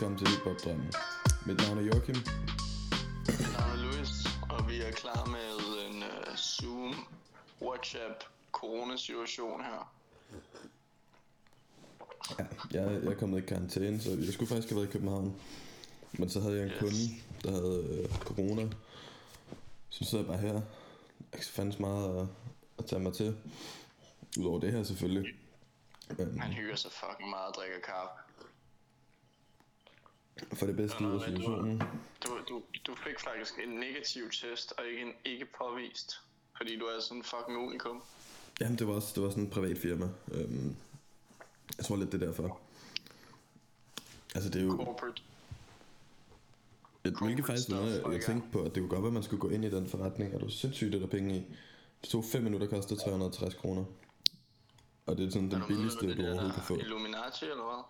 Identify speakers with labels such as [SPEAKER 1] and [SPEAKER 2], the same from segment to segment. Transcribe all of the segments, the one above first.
[SPEAKER 1] velkommen til Hiphop-drømmen. Mit navn er Joachim.
[SPEAKER 2] Mit navn er Louis, og vi er klar med en Zoom, WhatsApp, coronasituation her.
[SPEAKER 1] Ja, jeg er kommet i karantæne, så jeg skulle faktisk have været i København. Men så havde jeg en kunde, der havde corona. Så sidder jeg bare her. Jeg kan fandens meget at tage mig til. Udover det her selvfølgelig.
[SPEAKER 2] Han hygger sig fucking meget og drikker kaffe.
[SPEAKER 1] For det bedste ud af situationen.
[SPEAKER 2] Du fik faktisk en negativ test, og ikke påvist. Fordi du er sådan en fucking unikum.
[SPEAKER 1] Jamen det var sådan en privat firma. Jeg tror lidt det er derfor. Altså det er jo...
[SPEAKER 2] Corporate.
[SPEAKER 1] Hvilket faktisk noget, jeg tænkte på, at det kunne godt være, at man skulle gå ind i den forretning. Er du sindssygt, det der penge i? Det tog 5 minutter, kostede 360 kroner. Og det er sådan den billigste, du overhovedet kan få.
[SPEAKER 2] Illuminati eller hvad?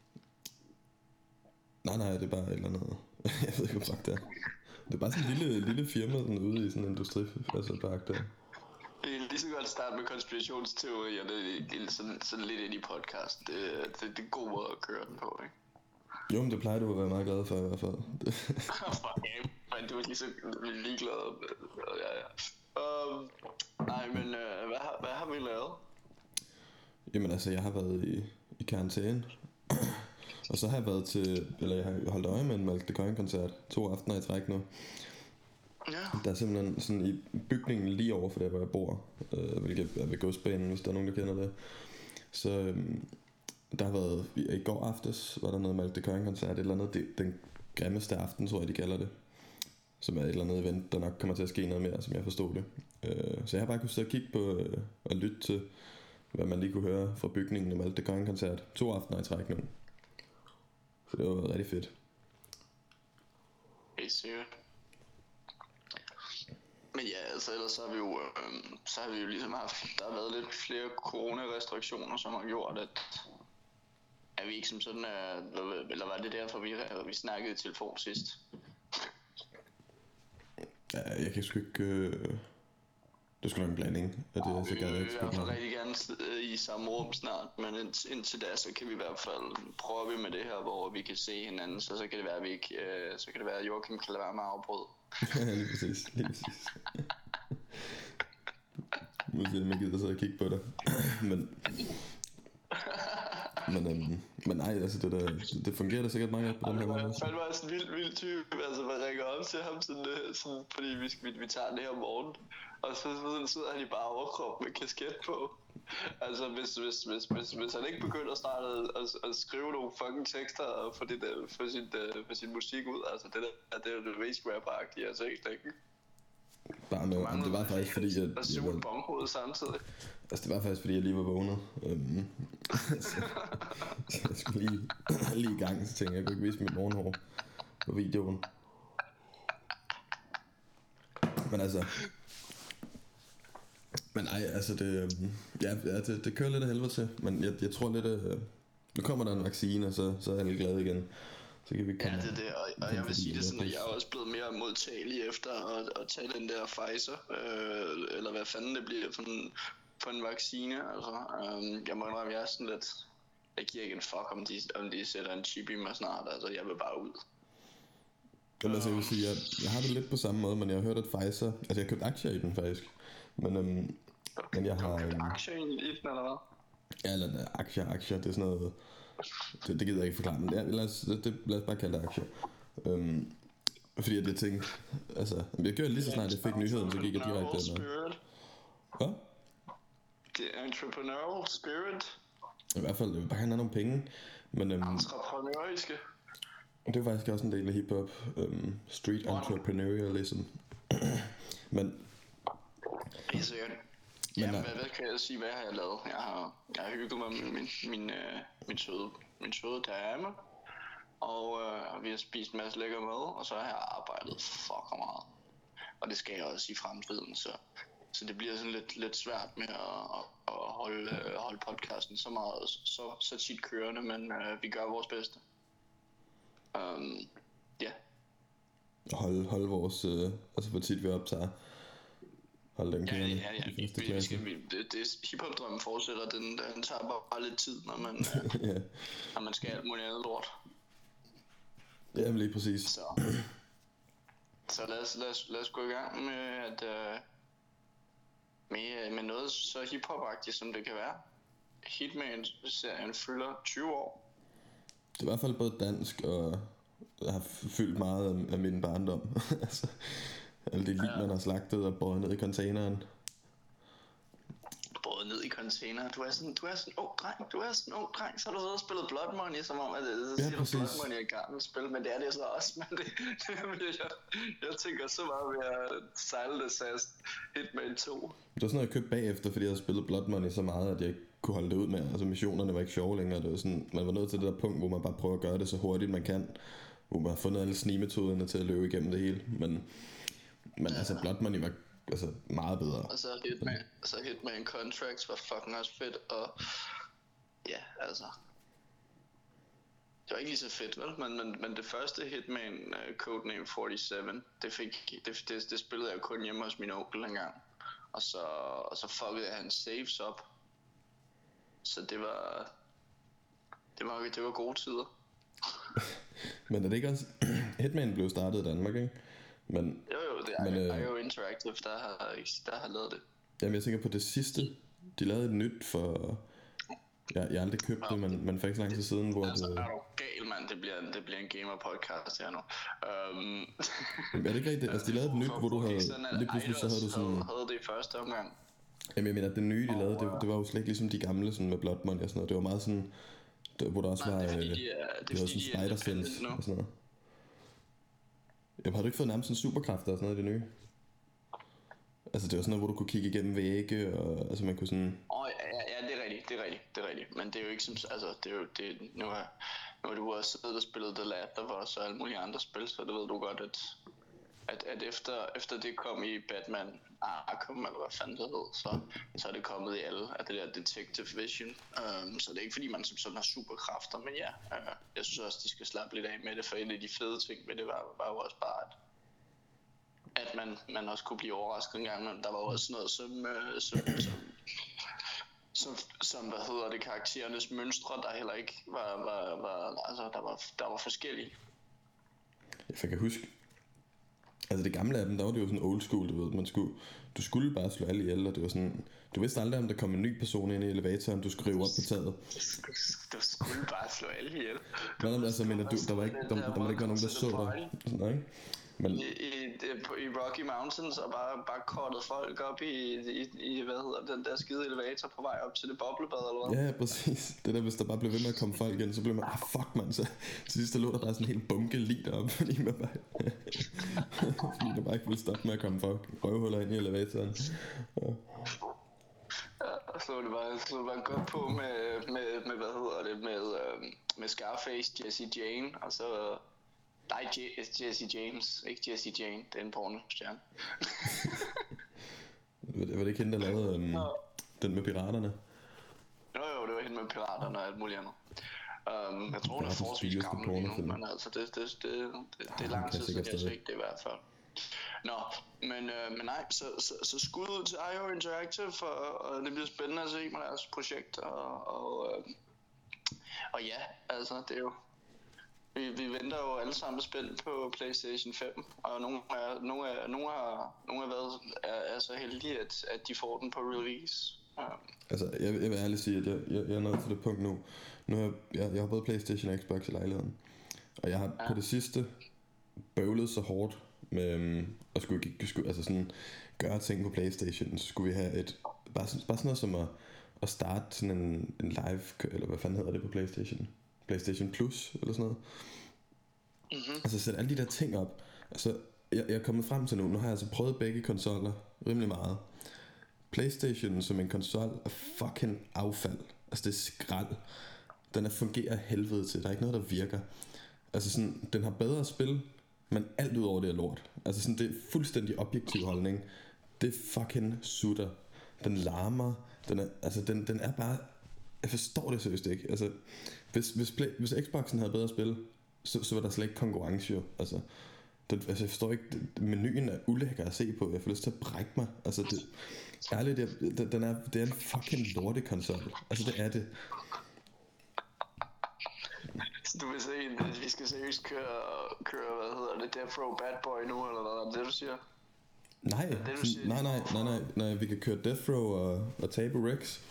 [SPEAKER 1] Nej, det er bare et eller andet. Jeg ved ikke, hvad fuck det er. Det er bare sådan en lille firma sådan ude i sådan en industripark der.
[SPEAKER 2] Det er lige så godt starte med konspirationsteorier, det er sådan lidt ind i podcasten. Det er god måde at køre den på, ikke?
[SPEAKER 1] Jo, men det plejer du at være meget glad for i hvert fald.
[SPEAKER 2] Fuck ja, men du er lige så ligeglad. Ja. Nej, men hvad har vi lavet?
[SPEAKER 1] Jamen altså, jeg har været i karantæne. Og så har jeg været jeg har holdt øje med en Malk de Coin-koncert 2 aftener i træk nu.
[SPEAKER 2] Ja.
[SPEAKER 1] Der er simpelthen sådan i bygningen lige over for der, hvor jeg bor, hvilket er ved godsbanen, hvis der er nogen, der kender det. Så der har været, i går aftes var der noget Malk de Coin-koncert, et eller andet, den grimmeste aften, tror jeg, de kalder det. Som er et eller andet event, der nok kommer til at ske noget mere, som jeg forstod det. Så jeg har bare kunnet sidde og kigge på og lytte til, hvad man lige kunne høre fra bygningen af Malk de Coin-koncert 2 aftener i træk nu. Så det var rigtig fedt.
[SPEAKER 2] Helt sikkert. Men ja, altså ellers så har vi jo ligesom haft, der har været lidt flere coronarestriktioner, som har gjort, at vi ikke som sådan eller var det derfor, vi snakkede i telefon sidst?
[SPEAKER 1] Ja, jeg kan sgu ikke... Det skulle være en blanding af det, så kan jeg ikke
[SPEAKER 2] spille. Jeg vil rigtig gerne i samme rum snart, men indtil da, så kan vi i hvert fald prøve med det her, hvor vi kan se hinanden, så kan det være, at vi ikke, så kan det være, at Joachim kan lade være med at afbryde.
[SPEAKER 1] Ja, lige præcis. Nu siger jeg, man gider så at kigge på dig. Men nej, altså det fungerer da sikkert meget godt på den her måde.
[SPEAKER 2] Han var sådan en vild type, altså man ringer op til ham sådan fordi vi tager det her om morgenen, og så sidder han i bare overkrop med kasket på. Altså hvis han ikke begynder snart at skrive nogle fucking tekster for sin musik ud, altså det er det mest rapper-agtige, altså ikke stikken.
[SPEAKER 1] Bare med, det var faktisk fordi
[SPEAKER 2] jeg var bomhovedet samtidig.
[SPEAKER 1] Altså det var faktisk fordi jeg lige var vågnet. Så jeg skulle lige i gang, så tænkte jeg kunne ikke vise mit morgenhår på videoen. Men nej, altså det kører lidt af helvede til. Men jeg tror lidt, nu kommer der en vaccine, og så er alle glade igen. Så kan vi komme. Ja,
[SPEAKER 2] det er det, og jeg vil sige det sådan, at jeg er også blevet mere modtagelig efter at tage den der Pfizer, eller hvad fanden det bliver for en vaccine, altså. Jeg må indrømme, jeg er sådan lidt, jeg giver ikke en fuck, om de sætter en chip i mig snart, altså jeg vil bare ud.
[SPEAKER 1] Jamen altså jeg vil sige, jeg har det lidt på samme måde, men jeg har hørt, at Pfizer, altså jeg har købt aktier i den faktisk, men jeg har...
[SPEAKER 2] købt aktier i den, eller hvad?
[SPEAKER 1] Ja, eller aktier, det er sådan noget, det gider jeg ikke forklare, men lad os bare kalde det aktier. Fordi at jeg tænkte, altså, jeg gjorde lige så snart jeg fik nyheden, så gik jeg direkte dernede. Hvad?
[SPEAKER 2] Det er entrepreneurial spirit.
[SPEAKER 1] I hvert fald, jeg vil bare gerne have nogle penge, men...
[SPEAKER 2] entrepreneuriske.
[SPEAKER 1] Det er faktisk også en del af hiphop, street entrepreneurialism. Men...
[SPEAKER 2] Helt sikkert. Ja, hvad kan jeg sige, hvad har jeg lavet? Jeg har hygget mig med min søde dame, og vi har spist en masse lækker mad, og så har jeg arbejdet fucking meget. Og det skal jeg også i fremtiden, så det bliver sådan lidt svært med at holde podcasten så meget, så tit kørende, men vi gør vores bedste. Ja.
[SPEAKER 1] Holde vores, altså hvor tit vi optager. Holde den kørende.
[SPEAKER 2] Ja. Hiphop-drømmen fortsætter, den tager bare lidt tid, når man, når man skal alt muligt andet lort.
[SPEAKER 1] Jamen lige præcis.
[SPEAKER 2] Så lad os gå i gang med at med noget så hiphop-agtigt som det kan være. Hitman-serien fylder 20 år.
[SPEAKER 1] Det er i hvert fald både dansk og har fyldt meget af min barndom. Altså, alle de lig, man har slagtet og båret ned i containeren.
[SPEAKER 2] Båret ned i containeren? Du er sådan en ung dreng, så har du siddet og spillet Blood Money, som om at det siger du Blood Money er et gammelt spil, men det er det så også, men jeg tænker så meget ved at sejle det fast. Hitman 2.
[SPEAKER 1] Det var sådan noget, jeg købte bagefter, fordi jeg havde spillet Blood Money så meget, at jeg ikke kunne holde det ud med. Altså missionerne var ikke sjove længere. Det var sådan, man var nødt til det der punkt, hvor man bare prøver at gøre det så hurtigt man kan, hvor man har fundet alle snigmetoderne til at løbe igennem det hele. Men altså Blood Money var altså meget bedre.
[SPEAKER 2] Og så Hitman Contracts var fucking også fedt, og ja, altså det var ikke lige så fedt, vel? Men det første Hitman, Codename 47, det spillede jeg kun hjemme hos min onkel engang. Og så fuckede jeg hans saves op. Så det var gode tider.
[SPEAKER 1] Men er det ikke også Hitman blev startet i Danmark, ikke? Men
[SPEAKER 2] jo, det er jo Interactive, der har lavet det.
[SPEAKER 1] Jamen jeg tænker på det sidste. De lavede et nyt for jeg har aldrig købt det, men for ikke så lang tid siden, hvor
[SPEAKER 2] altså, er du gal, mand? Det bliver en gamer podcast her nu.
[SPEAKER 1] Er det ikke rigtigt? Altså de lavede et nyt, hvor du havde lige pludselig så havde du sådan
[SPEAKER 2] havde det i første omgang.
[SPEAKER 1] Jamen jeg mener, det nye de lavede, det var jo slet ikke ligesom de gamle sådan med Blood Money og sådan noget. Det var meget sådan hvor der også var de havde sådan spider sense og sådan noget. Jamen har du ikke fået nærmest sådan superkræfter og sådan noget i det nye? Altså det var sådan noget, hvor du kunne kigge igennem vægge og altså man kunne sådan
[SPEAKER 2] ja, det er rigtigt. Men det er jo ikke som altså det er jo det nu har du også siddet og spillet The Lab, der var også alle mulige andre spil, så det ved du godt at efter det kom i Batman Arkham eller hvad fanden det hed, så er det kommet i alle af det der Detective Vision. Så det er ikke fordi man som sådan har superkræfter, men ja, jeg synes også de skal slappe lidt af med det, for en af de fede ting med det var jo også bare at man også kunne blive overrasket en gang, men der var også noget som hvad hedder det, karakterernes mønstre, der heller ikke var altså der var forskellige.
[SPEAKER 1] Jeg kan huske altså det gamle af dem, der var det jo sådan old school, du ved, du skulle bare slå alle ihjel, og det var sådan, du vidste aldrig om der kom en ny person ind i elevatoren, du skulle rive op på taget.
[SPEAKER 2] Du skulle bare slå alle ihjel.
[SPEAKER 1] Men altså, mener du, der må ikke være nogen, der så dig, sådan, ikke? Men
[SPEAKER 2] i Rocky Mountains og bare kortet folk op i hvad hedder den der skide elevator på vej op til det boblebad eller hvad?
[SPEAKER 1] Ja, præcis. Det der, hvis der bare blev ved med at komme folk ind, så blev man, fuck man, så til sidst der lå der bare sådan en hel bunke lig deroppe, fordi man bare fordi der bare ikke ville stoppe med at komme folk røvhuller ind i elevatoren.
[SPEAKER 2] Ja, så det bare godt på med hvad hedder det, med Scarface, Jesse Jane, og så nej, Jesse James, ikke Jesse Jane, det er en pornostjerne.
[SPEAKER 1] Var det ikke hende, der lavede den med piraterne?
[SPEAKER 2] Jo, det var hende med piraterne og alt muligt andet. Jeg tror, hun er forholdsvis gammel lige nu, men altså, det er lang tid siden, jeg har set det i hvert fald. Nå, men nej, så skud ud til IO Interactive, og det bliver spændende at se med deres projekt, og ja, altså, det er jo vi venter jo alle sammen spændt på PlayStation 5, og nogle har været er så heldige, at de får den på release.
[SPEAKER 1] Altså, jeg vil ærligt sige, at jeg er nået til det punkt nu. Nu har jeg har både PlayStation og Xbox i lejligheden, og jeg har på det sidste bøvlet så hårdt med at skulle altså sådan gøre ting på PlayStation. Så skulle vi have bare sådan noget som at starte sådan en live, eller hvad fanden hedder det på PlayStation Plus eller sådan noget. Mm-hmm. Altså sætte alle de der ting op. Altså jeg er kommet frem til nu har jeg altså prøvet begge konsoller rimelig meget. PlayStation som en konsol er fucking affald. Altså det er skrald. Den fungerer helvede til. Der er ikke noget der virker. Altså sådan den har bedre spil, men alt ud over det er lort. Altså sådan det er fuldstændig objektiv holdning. Det er fucking sutter. Den larmer. Den er bare. Jeg forstår det seriøst ikke. Altså hvis Xboxen havde bedre spil, så var der slet ikke konkurrence jo. Altså jeg forstår ikke, menuen er ulækker at se på. Jeg får lyst til at brække mig. Altså det ærligt, det er en fucking lortekonsol. Altså det er det.
[SPEAKER 2] Så du vil se, at vi skal seriøst køre, hvad hedder det, Death Row Bad Boy nu, eller hvad er det, du siger?
[SPEAKER 1] Nej, vi kan køre Death Row og Table Rex.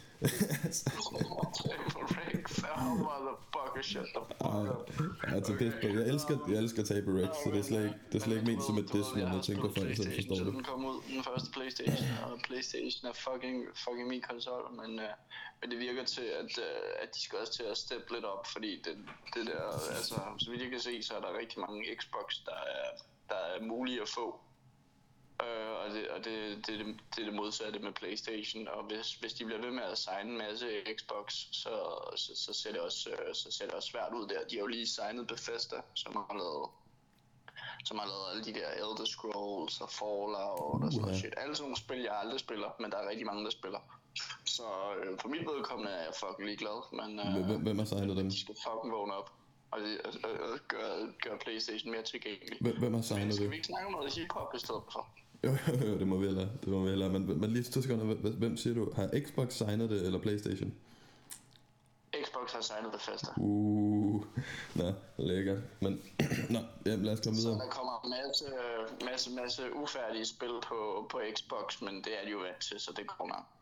[SPEAKER 2] Table Rex, motherfucker, shut the fuck up.
[SPEAKER 1] Altså, okay. Jeg elsker Table Rex, så det er slet ikke ment som et diss, men jeg tænker på, at jeg forstår det.
[SPEAKER 2] Den kom ud, den første Playstation, og Playstation er fucking min konsol, men det virker til, at de skal også til at steppe lidt op, fordi det der, altså, så vidt jeg kan se, så er der rigtig mange Xbox, der er mulige at få. Og det er det modsatte med PlayStation, og hvis de bliver ved med at signe en masse Xbox, så ser det også svært ud der. De har jo lige signet Bethesda, som har lavet alle de der Elder Scrolls og Fallout og sådan noget shit. Alle sådan nogle spil, jeg aldrig spiller, men der er rigtig mange, der spiller. Så for mit vedkommende er jeg fucking ligeglad, men
[SPEAKER 1] hvem har signet dem?
[SPEAKER 2] De skal fucking vågne op og gøre PlayStation mere tilgængelig.
[SPEAKER 1] Hvem har signet det?
[SPEAKER 2] Skal vi ikke snakke om noget hiphop i stedet for?
[SPEAKER 1] Jo, det må vi hellere. Men lige 2 sekunder, hvem siger du? Har Xbox signet det, eller PlayStation?
[SPEAKER 2] Xbox har signet Bethesda.
[SPEAKER 1] Nå, lækkert. Men, lad os komme videre.
[SPEAKER 2] Så der kommer masse ufærdige spil på Xbox, men det er de jo vant til, så det går nok.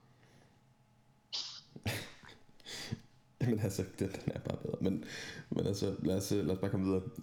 [SPEAKER 1] Jamen altså, den er bare bedre. Men altså, lad os bare komme videre.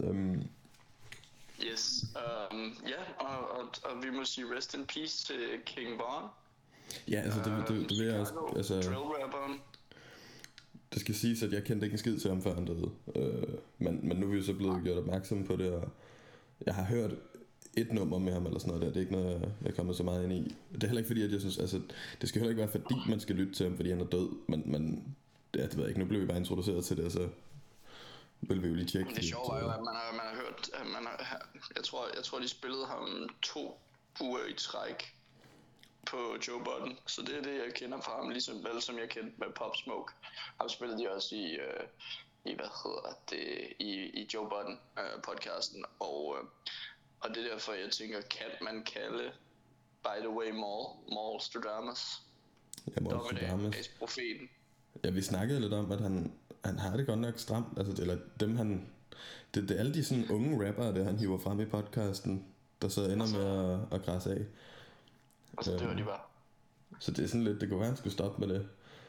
[SPEAKER 2] Yes, og vi må sige rest in peace til King Von.
[SPEAKER 1] Ja, altså det vil jeg også, altså,
[SPEAKER 2] drill-rapperen.
[SPEAKER 1] Det skal siges, at jeg kendte ikke en skid til ham før han døde, men nu er vi jo så blevet gjort opmærksom på det, og jeg har hørt et nummer med ham eller sådan noget der. Det er ikke noget, jeg er kommet så meget ind i. Det er heller ikke fordi, at jeg synes, altså, det skal heller ikke være fordi, man skal lytte til ham, fordi han er død, men det ved jeg ikke, nu blev vi bare introduceret til det, så vil vi jo lige tjekke.
[SPEAKER 2] Det sjove var jo, at man har hørt, jeg tror de spillede ham 2 uger i træk på Joe Budden, så det er det, jeg kender fra ham, ligesom vel som jeg kendte med Pop Smoke. Ham spillede de også i hvad hedder det, i Joe Budden podcasten, og det er derfor, jeg tænker, kan man kalde By the Way Malstradamus?
[SPEAKER 1] Ja, Malstradamus.
[SPEAKER 2] Profeten.
[SPEAKER 1] Ja, vi snakkede lidt om, at han har det godt nok stramt, altså, eller dem det er alle de sådan unge rappere, der han hiver frem i podcasten, der så ender med at græsse af.
[SPEAKER 2] Og så dør de bare.
[SPEAKER 1] Så det er sådan lidt, det kunne være, han skulle stoppe med det.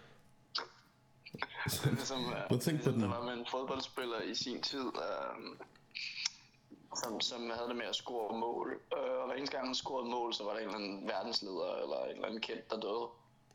[SPEAKER 2] Der var med en fodboldspiller i sin tid, som havde det med at score mål, og hver eneste gang han scorede mål, så var der en eller anden verdensleder eller en eller anden kendt, der døde.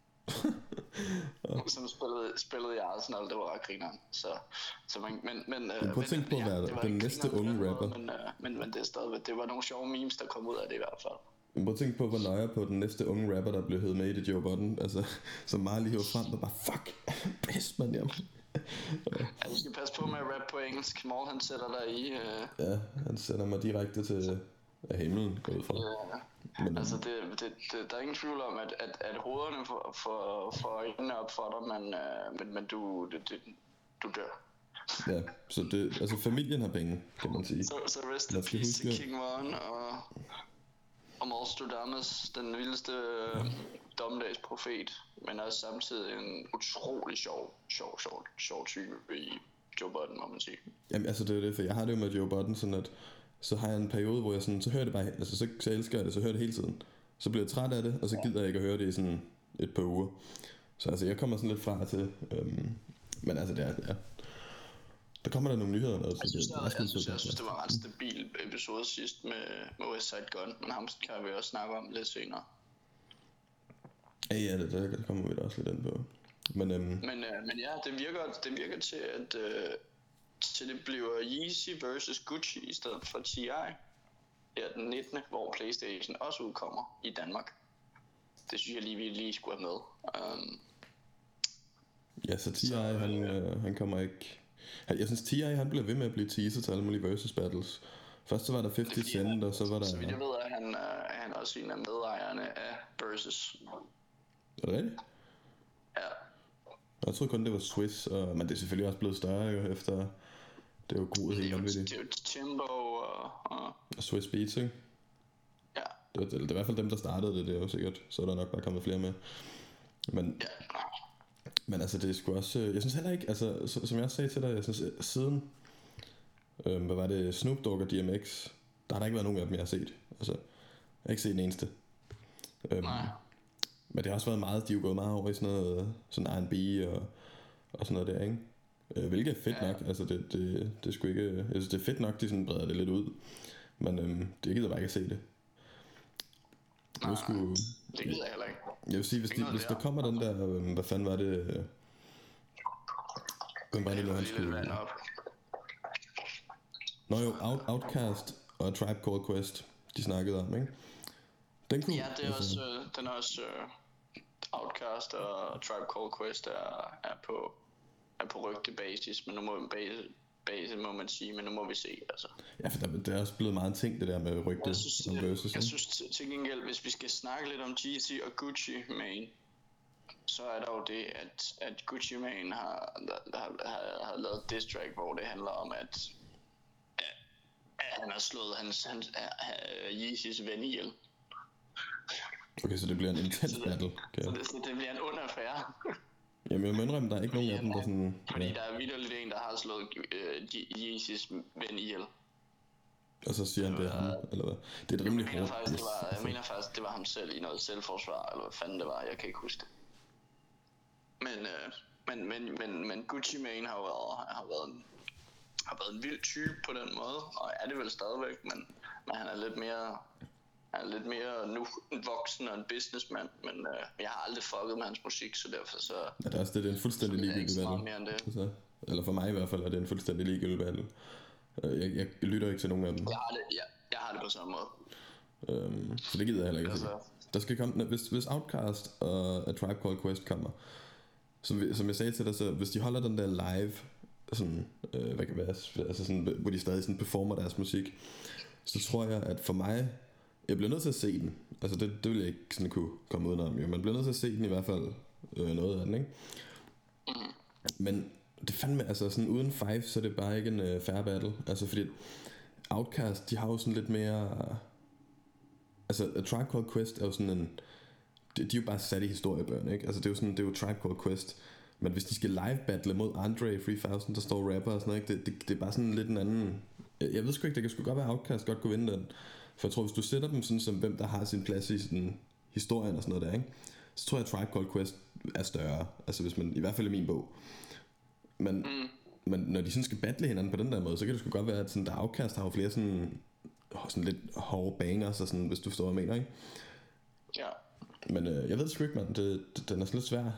[SPEAKER 2] Som spillede i Arsenal, det var ret grineren. Så men
[SPEAKER 1] prøv at tænke på at være den næste unge rapper.
[SPEAKER 2] Men det er stadigvæk, det var nogle sjove memes, der kom ud af det i hvert fald.
[SPEAKER 1] Prøv at tænke på, hvor nøje på den næste unge rapper, der blev hævet med i det Joe Budden. Altså, som meget lige hæver frem, og bare fuck, bedst man hjem.
[SPEAKER 2] Ja, du skal passe på med at rappe på engelsk. Maul, han sætter dig i...
[SPEAKER 1] Ja, han sender mig direkte til himlen, går ud fra.
[SPEAKER 2] Ja. Men, altså, der er ingen tvivl om, at hovederne får øjnene op for dig, men du dør.
[SPEAKER 1] Ja, så det, altså familien har penge, kan man sige.
[SPEAKER 2] Så rest in peace til King Von og Malstradamus, den vildeste dommedagsprofet, men også samtidig en utrolig sjov type i Joe Budden, må man sige.
[SPEAKER 1] Jamen altså det er det, for jeg har det jo med Joe Budden sådan, at så har jeg en periode, hvor jeg sådan, så hører det bare, altså så elsker jeg det, så hører det hele tiden. Så bliver jeg træt af det, og så gider jeg ikke at høre det i sådan et par uger. Så altså jeg kommer sådan lidt fra til, men altså det er, ja. Der kommer der nogle nyheder også.
[SPEAKER 2] Jeg synes det var en ret stabil episode sidst med West Side Gun, men ham kan vi også snakke om lidt senere.
[SPEAKER 1] Ja, det kommer vi da også lidt ind på. Men
[SPEAKER 2] ja, det virker til at til det bliver Yeezy versus Gucci i stedet for T.I. her den 19. hvor PlayStation også udkommer i Danmark. Det synes jeg vi lige skulle have med.
[SPEAKER 1] Ja, så T.I. Han kommer ikke. Jeg synes T.I. han bliver ved med at blive teaset til alle mulige versus battles. Først så var der 50 Cent, og så var der...
[SPEAKER 2] Så vidt jeg ved, at han også en af medejerne af Versus.
[SPEAKER 1] Er det rigtigt?
[SPEAKER 2] Ja.
[SPEAKER 1] Jeg troede kun det var Swiss, men det er selvfølgelig også blevet større jo, efter... Det er jo groet helt vanvittigt.
[SPEAKER 2] Det er jo Timbo og
[SPEAKER 1] Swiss Beats, ikke?
[SPEAKER 2] Ja.
[SPEAKER 1] Det er i hvert fald dem, der startede det er jo sikkert. Så er der nok bare kommet flere med. Men...
[SPEAKER 2] Ja.
[SPEAKER 1] Men altså det er sgu også, jeg synes heller ikke, altså som jeg også sagde til dig, jeg synes siden Hvad var det? Snoop Dogg og DMX. Der har der ikke været nogen af dem, jeg har set. Altså, jeg har ikke set den eneste.
[SPEAKER 2] Nej.
[SPEAKER 1] Men det har også været meget, de er jo gået meget over i sådan noget, sådan R&B og sådan noget der, ikke? Hvilket er fedt nok, altså det er sgu ikke, jeg synes det er fedt nok, de sådan breder det lidt ud. Men det gider bare ikke at se det.
[SPEAKER 2] Nej, det gider jeg heller ikke.
[SPEAKER 1] Jeg vil sige, hvis der kommer den der, hvad fanden var det? Hvem var det, når han skulle... Nå jo, Outkast og Tribe Called Quest, de snakkede om, ikke? Den kunne,
[SPEAKER 2] ja, det er altså, også, den er også Outkast og Tribe Called Quest er på rygtebasis, men nu må base må man sige, men nu må vi se, altså.
[SPEAKER 1] Ja, for der er også blevet meget en ting, det der med rygte og versus.
[SPEAKER 2] Jeg synes til gengæld, hvis vi skal snakke lidt om Jeezy og Gucci Mane, så er der jo det, at Gucci Mane har lavet diss track, hvor det handler om, at han har slået hans Yeezys ven ihjel.
[SPEAKER 1] Okay, så det bliver en intens battle. Okay.
[SPEAKER 2] Så det bliver en ond affære.
[SPEAKER 1] Jamen jeg må indrømme, der er ikke nogen af dem, der sådan...
[SPEAKER 2] Fordi der er vitterligt en, der har slået Yeezys ven ihjel.
[SPEAKER 1] Og så siger han, det er ham, eller hvad? Det er et rimelig hårdt.
[SPEAKER 2] Jeg mener faktisk, det var ham selv i noget selvforsvar, eller hvad fanden det var, jeg kan ikke huske det. Men Gucci Mane har været en vild type på den måde, og er det vel stadigvæk, men han er lidt mere nu voksen og en businessman, men jeg har aldrig fucket med hans musik, så derfor så...
[SPEAKER 1] Ja, det er også det er en fuldstændig ligegyldig battle. Altså, eller for mig i hvert fald er det en fuldstændig ligegyldig battle. Jeg lytter ikke til nogen af dem.
[SPEAKER 2] Jeg har det på samme måde.
[SPEAKER 1] Så det gider jeg heller ikke altså. Der skal komme, hvis Outkast og A Tribe Called Quest kommer, som jeg sagde til dig, så hvis de holder den der live, sådan, hvad kan være, altså sådan, hvor de stadig sådan performer deres musik, så tror jeg, at for mig, jeg bliver nødt til at se den. Altså det vil jeg ikke sådan kunne komme udenom, jo. Man bliver nødt til at se den i hvert fald, noget af den, ikke? Men det fandme, altså sådan uden Five, så er det bare ikke en fair battle. Altså fordi Outkast, de har jo sådan lidt mere, altså A Tribe Called Quest er jo sådan en, de er jo bare sat i historiebøgerne, ikke? Altså det er jo sådan, det er jo Tribe Called Quest. Men hvis de skal live battle mod Andre 3000, der står rapper og sådan noget, ikke? Det er bare sådan lidt en anden. Jeg ved sgu ikke, det kan sgu godt være Outkast godt kunne vinde den. For jeg tror, hvis du sætter dem sådan som hvem der har sin plads i sådan historien og sådan noget der, ikke? Så tror jeg, at Tribe Called Quest er større. Altså hvis man, i hvert fald i min bog. Men når de sådan skal battle hinanden på den der måde, så kan det sgu godt være, at sådan, der Outkast har jo flere sådan lidt hårde bangers og sådan, hvis du forstår, hvad jeg mener, ikke?
[SPEAKER 2] Ja.
[SPEAKER 1] Men jeg ved sgu ikke, man, den er sådan lidt svær.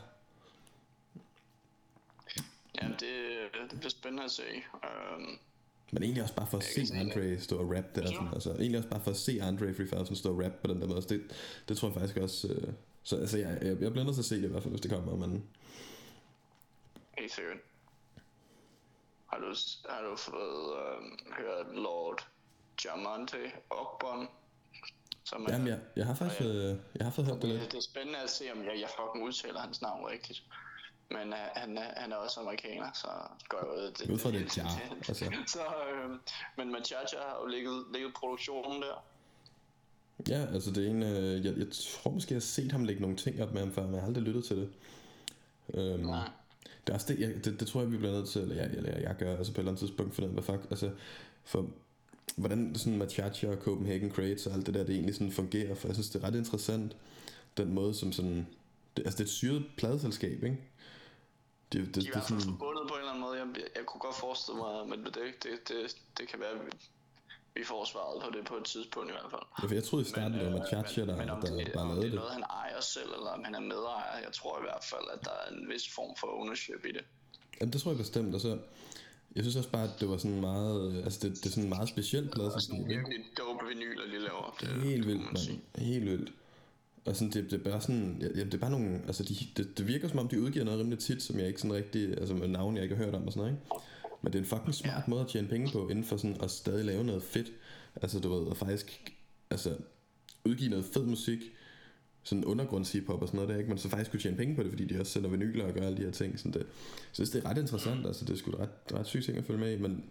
[SPEAKER 2] Ja, det bliver spændende at se.
[SPEAKER 1] Men egentlig også bare for at se Andre stå og rap der sådan, altså egentlig også bare for at se Andre 3000 stå og rap på den der måde. Så det tror jeg faktisk også. Så altså jeg bliver nødt til at se det i hvert fald, hvis det kommer, men
[SPEAKER 2] helt sikkert. Har du fået hørt Lord Diamante Ogbon?
[SPEAKER 1] Jamen jeg har faktisk jeg har fået hørt det lidt.
[SPEAKER 2] Det er spændende at se, om jeg fucking udtaler hans navn rigtigt. Men han er også amerikaner, så går jeg ud.
[SPEAKER 1] Ud fra det, ja. Altså.
[SPEAKER 2] Så, men Machacha har jo ligget produktionen der.
[SPEAKER 1] Ja, altså det er en, jeg tror måske, jeg har set ham lægge nogle ting op med ham før, men jeg har aldrig lyttet til det.
[SPEAKER 2] Nej.
[SPEAKER 1] Det er også det tror jeg, vi bliver nødt til, eller jeg gør, altså på et eller andet tidspunkt, for hvad fuck, altså, for hvordan sådan Machacha og Copenhagen Crates og alt det der, det egentlig sådan fungerer, for jeg synes, det er ret interessant, den måde, som sådan, det er et syret pladeselskab, ikke?
[SPEAKER 2] De er i hvert fald forbundet på en eller anden måde. Jeg kunne godt forestille mig, men det kan være, at vi får svaret på det på et tidspunkt i hvert fald.
[SPEAKER 1] Ja, for jeg troede i starten, det var Machacha, der bare lavede det.
[SPEAKER 2] Om det er noget, han ejer selv, eller om han er medejer. Jeg tror i hvert fald, at der er en vis form for ownership i det.
[SPEAKER 1] Jamen det tror jeg bestemt, og så jeg synes også bare, at det var sådan meget, altså det er sådan en meget speciel plade.
[SPEAKER 2] Det er sådan virkelig dope vinyler, de laver.
[SPEAKER 1] Det er helt vildt, man. Helt vildt. Og sådan, det er bare sådan, det er bare nogle, altså det virker som om de udgiver noget rimelig tit, som jeg ikke sådan rigtig, altså med navn jeg ikke har hørt om og sådan noget, ikke? Men det er en fucking smart måde at tjene penge på, inden for sådan at stadig lave noget fedt. Altså du ved, og faktisk, altså udgive noget fed musik, sådan undergrunds hiphop og sådan noget der, ikke? Men så faktisk kunne tjene penge på det, fordi de også sender vinyler og gør alle de her ting, sådan det. Så synes det er ret interessant, altså det er sgu ret sygt ting at følge med i, men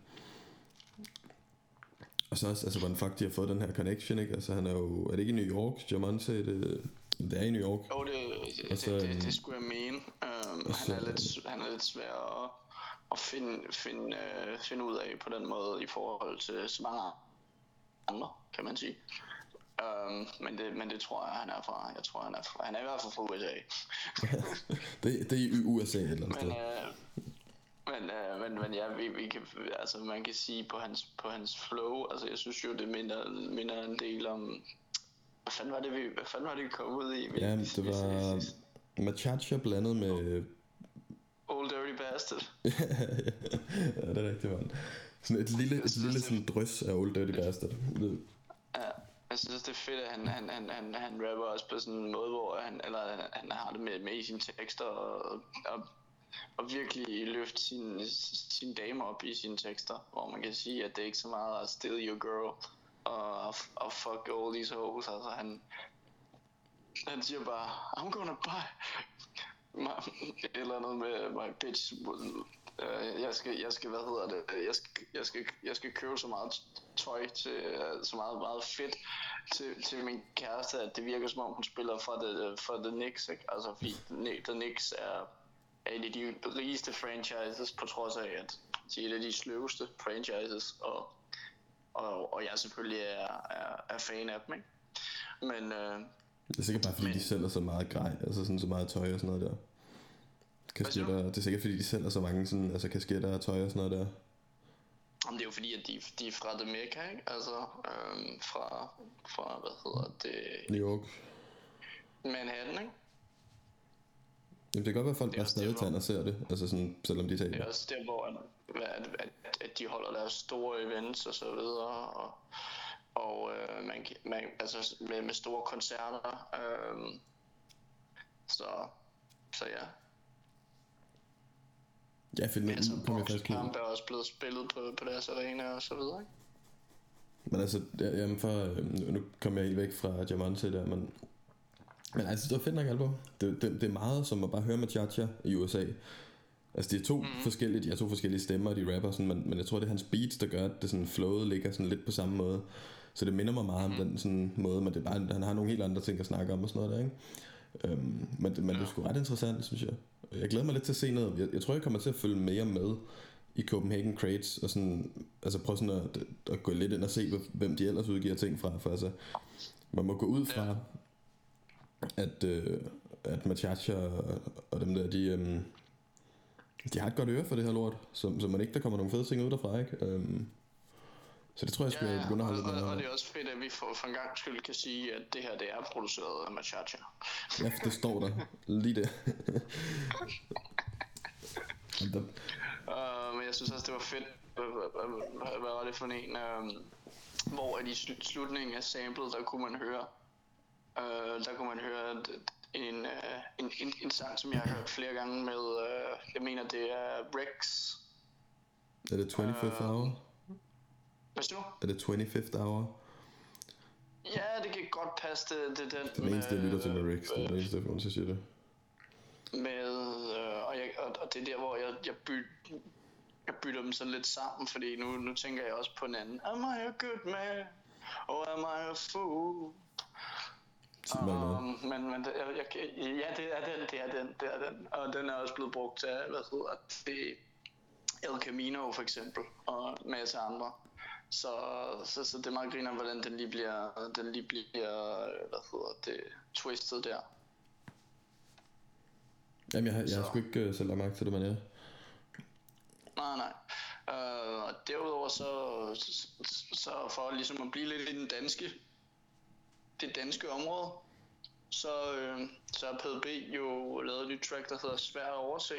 [SPEAKER 1] og så også, altså hvordan fuck de har fået den her connection, ikke? Altså han er jo, er det ikke i New York, Diamante, det er i New York.
[SPEAKER 2] Jo, det skulle jeg mene. Han er lidt svær at finde ud af på den måde i forhold til så mange andre, kan man sige. Men det tror jeg, han er fra. Jeg tror, han er i hvert fald fra USA.
[SPEAKER 1] det er i USA et eller andet sted.
[SPEAKER 2] Men ja, vi kan, altså man kan sige på hans flow, altså jeg synes jo, det minder en del om, hvad fanden var det vi kom ud i?
[SPEAKER 1] Ja, det var Machacha blandet med
[SPEAKER 2] Old Dirty Bastard.
[SPEAKER 1] Ja, det er rigtigt, mand. Sådan et lille sådan drys af Old Dirty Bastard.
[SPEAKER 2] Ja, jeg synes det er fedt, at han rapper også på sådan en måde, hvor han har det med i sine tekster og virkelig løfte sin dame op i sine tekster, hvor man kan sige, at det er ikke så meget at steal your girl og fuck all these hoes. Altså han siger bare, I'm gonna buy et eller andet med my bitch. Jeg skal hvad hedder det? Jeg skal købe så meget tøj til så meget fedt til min kæreste, at det virker som om hun spiller for The Knicks, ikke? Altså fordi The Knicks er et af de rigeste franchises, på trods af at de er et af de sløveste franchises, og jeg selvfølgelig er fan af dem, ikke? Men
[SPEAKER 1] det er sikkert bare fordi de sælger så meget grej, altså sådan så meget tøj og sådan noget der. Kasketter, det er sikkert fordi de sælger så mange sådan, altså kasketter og tøj og sådan noget der.
[SPEAKER 2] Jamen det er jo fordi at de er fra The Mecca, ikke? Altså fra hvad hedder det?
[SPEAKER 1] New York.
[SPEAKER 2] Manhattan, ikke?
[SPEAKER 1] Jamen det kan godt være folk bare stadig tager og ser det, altså sådan, selvom de tager det.
[SPEAKER 2] Det er også der hvor at de holder deres store events og så videre, og man altså med store koncerter, så ja.
[SPEAKER 1] Ja, for nu kommer jeg faktisk
[SPEAKER 2] kamp er også blevet spillet på deres arena og så videre, ikke?
[SPEAKER 1] Men altså, jamen nu kommer jeg helt væk fra Diamante der, men altså, det var fedt nok album. Det er meget som at bare høre Machacha i USA. Altså, de er to forskellige stemmer, de rapper sådan, men jeg tror, det er hans beats, der gør, at det sådan flowet ligger sådan lidt på samme måde. Så det minder mig meget om den sådan måde, men det er bare, han har nogle helt andre ting at snakke om og sådan noget der, ikke? Men det er sgu ret interessant, synes jeg. Jeg glæder mig lidt til at se noget. Jeg tror, jeg kommer til at følge mere med i Copenhagen Crates og sådan, altså prøve sådan at gå lidt ind og se, hvem de ellers udgiver ting fra. For altså, man må gå ud fra, at Machacha og dem der, de har et godt øre for det her lort, så man ikke, der kommer nogle fede ting ud derfra, ikke? Så det tror jeg skal begynde at holde lidt med.
[SPEAKER 2] Og det er også fedt, at vi for en gang skyld kan sige, at det her det er produceret af Machacha.
[SPEAKER 1] Ja, for det står der lige der.
[SPEAKER 2] Men jeg synes også, det var fedt. Hvad var det for en? Hvor i slutningen af samplet, der kunne man høre en sang, som jeg har hørt flere gange med, jeg mener det er Rex.
[SPEAKER 1] Er det 25th Hour?
[SPEAKER 2] Hvad siger du?
[SPEAKER 1] Er det 25th Hour?
[SPEAKER 2] Ja, det kan godt passe, det er den.
[SPEAKER 1] Den eneste, jeg lytter til med Rex, det er den eneste, jeg siger det.
[SPEAKER 2] Og det er der, hvor jeg bytter dem sådan lidt sammen, fordi nu tænker jeg også på en anden. Am I a good man? Or am I a fool? Men det er den. Og den er også blevet brugt til, hvad hedder det, El Camino for eksempel, og en masse andre. Så det er meget griner, hvordan den lige bliver, hvad hedder det, twistet der.
[SPEAKER 1] Jamen jeg har sgu ikke selv lagt mærke til det, men ja.
[SPEAKER 2] Nej. Og derudover så for ligesom at blive lidt i det danske område, så har PDB jo lavet et nyt track, der hedder Svær at overse.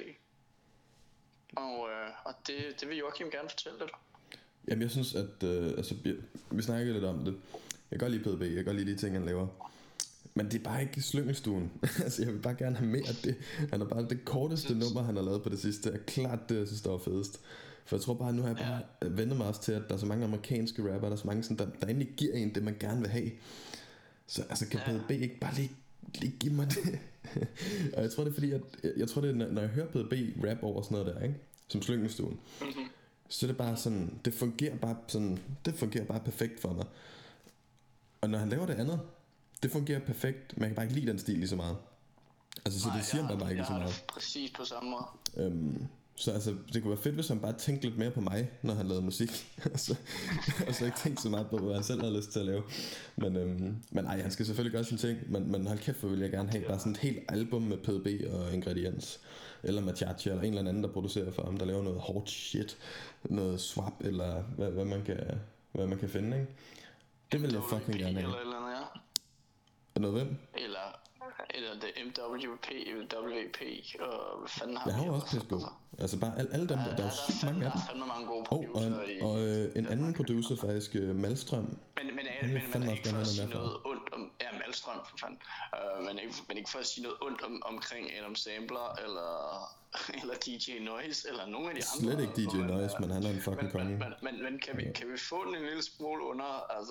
[SPEAKER 2] Og det vil Joachim gerne fortælle lidt.
[SPEAKER 1] Jamen jeg synes, at altså, vi snakker lidt om det. Jeg kan godt lide PDB, jeg kan godt lide de ting, han laver. Men det er bare ikke slyngelstuen. Altså jeg vil bare gerne have mere af det. Han er bare det korteste nummer, han har lavet på det sidste. Er klart det, jeg synes, der var fedest. For jeg tror bare, nu har jeg bare vendt mig også til, at der er så mange amerikanske rapper, der er så mange sådan, der egentlig giver en det, man gerne vil have. Så altså kan PDB ikke bare lige give mig det? Og jeg tror det er fordi, at jeg tror det er, når jeg hører PDB rap over sådan noget der, ikke? Som slyngelstuen. Så er det bare sådan, det fungerer bare perfekt for mig. Og når han laver det andet, det fungerer perfekt, man kan bare ikke lide den stil lige så meget. Altså så det siger man bare ikke så meget.
[SPEAKER 2] Præcis på samme måde.
[SPEAKER 1] Så altså, det kunne være fedt, hvis han bare tænkte lidt mere på mig, når han lavede musik. og så ikke tænkte så meget på, hvad han selv havde lyst til at lave. Men ej, han skal selvfølgelig gøre sine ting. Men hold kæft, hvor vil jeg gerne have bare sådan et helt album med PDB og Ingrediens. Eller Machacha, eller en eller anden, der producerer for ham, der laver noget hårdt shit. Noget swap, eller hvad man kan finde, ikke? Det vil jeg fucking gerne have.
[SPEAKER 2] Eller andet, ja.
[SPEAKER 1] Noget hvem?
[SPEAKER 2] Eller det MWP, WP, og hvad fanden har
[SPEAKER 1] jeg har også pisse altså bare alle dem, der er så mange af dem.
[SPEAKER 2] Der er fandme mange gode producer
[SPEAKER 1] og en anden producer faktisk, Malstrøm.
[SPEAKER 2] Men man er ikke for at sige noget ondt om, ja, Malstrøm for fanden, men ikke for at sige noget ondt omkring Adam Sampler, eller DJ Noise, eller nogen af de andre.
[SPEAKER 1] Slet ikke DJ Noise, men han er en fucking konge.
[SPEAKER 2] Men kan vi få den en lille smule under, altså,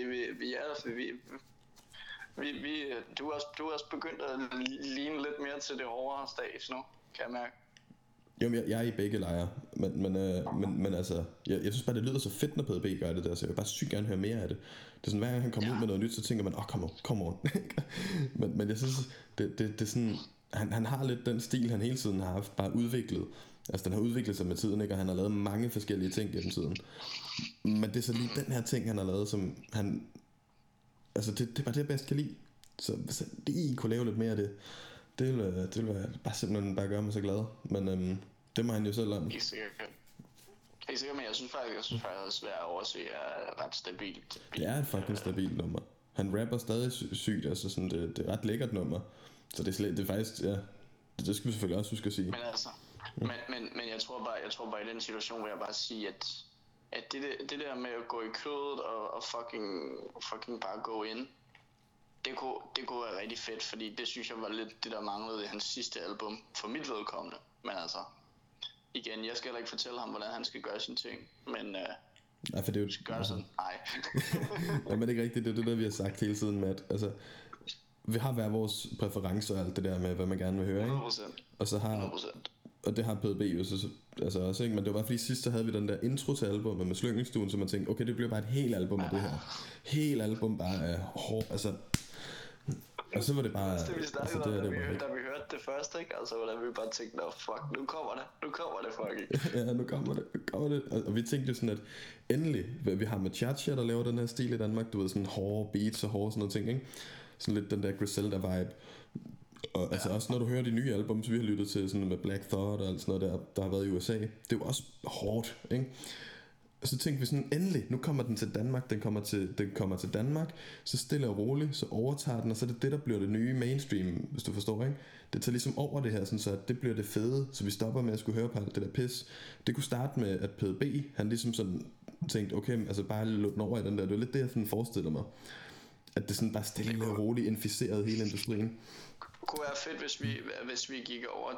[SPEAKER 2] du er også begyndt at ligne lidt mere til det hårdere stage nu, kan jeg mærke.
[SPEAKER 1] Jo, jeg er i begge lejre, men altså, jeg synes bare, det lyder så fedt, når PDB gør det der, så jeg vil bare sygt gerne høre mere af det. Det er sådan, hver gang han kommer ud med noget nyt, så tænker man, come on. men jeg synes, det er sådan, han har lidt den stil, han hele tiden har haft, bare udviklet. Altså, den har udviklet sig med tiden, ikke? Og han har lavet mange forskellige ting gennem tiden. Men det er så lige den her ting, han har lavet, som han... Altså, det er bare det, jeg bedst kan lide. Så hvis han lige kunne lave lidt mere af det, det vil være bare simpelthen bare gøre mig så glad. Men det må han jo selv om.
[SPEAKER 2] Ikke sikkert, men jeg synes faktisk også, at overse er ret stabilt.
[SPEAKER 1] Det er et fucking stabilt nummer. Han rapper stadig sygt, altså sådan, det er et ret lækkert nummer. Så det er faktisk, ja, det skal vi selvfølgelig også huske at sige.
[SPEAKER 2] Men altså, men jeg tror bare i den situation, vil jeg bare sige, at det der med at gå i kødet og fucking bare gå ind, det kunne være rigtig fedt, fordi det synes jeg var lidt det, der manglede i hans sidste album, for mit vedkommende. Men altså, igen, jeg skal heller ikke fortælle ham, hvordan han skal gøre sine ting, men
[SPEAKER 1] nej, for det er jo...
[SPEAKER 2] gør det sådan, nej.
[SPEAKER 1] Nej, men det er ikke rigtigt, det er det der, vi har sagt hele tiden, Matt. Altså, vi har hver vores præferencer og alt det der med, hvad man gerne vil høre, ikke?
[SPEAKER 2] 100%.
[SPEAKER 1] Og så har...
[SPEAKER 2] 100%.
[SPEAKER 1] Og det har PDB jo så, altså også, ikke? Men det var bare fordi sidst, så havde vi den der intro til albumet med Slyngelstuen, så man tænkte, okay, det bliver bare et helt album af det her. Helt album bare af hård, altså... Og så var det bare...
[SPEAKER 2] Det vi snakkede altså, da vi hørte det først, ikke? Altså, hvordan vi bare tænkte, fuck, nu kommer det fucking.
[SPEAKER 1] Ja, nu kommer det. Og vi tænkte jo sådan, at endelig, vi har Machacha, der laver den her stil i Danmark, du ved, sådan hårde beats og hårde sådan noget ting, ikke? Sådan lidt den der Griselda-vibe. Og altså også når du hører de nye album, som vi har lyttet til, sådan med Black Thought og alt sådan noget der har været i USA, det er jo også hårdt, ikke? Og så tænkte vi sådan, endelig, nu kommer den til Danmark, den kommer til Danmark, så stille og roligt, så overtager den, og så er det der bliver det nye mainstream, hvis du forstår, ikke? Det tager ligesom over det her, sådan så det bliver det fede, så vi stopper med at skulle høre på alt det der pis. Det kunne starte med, at PDB, han ligesom sådan tænkte, okay, altså bare lukke den over i den der, det er lidt det, jeg sådan forestiller mig. At det sådan bare stille og roligt inficerede hele industrien.
[SPEAKER 2] Det kunne være fedt, hvis vi gik over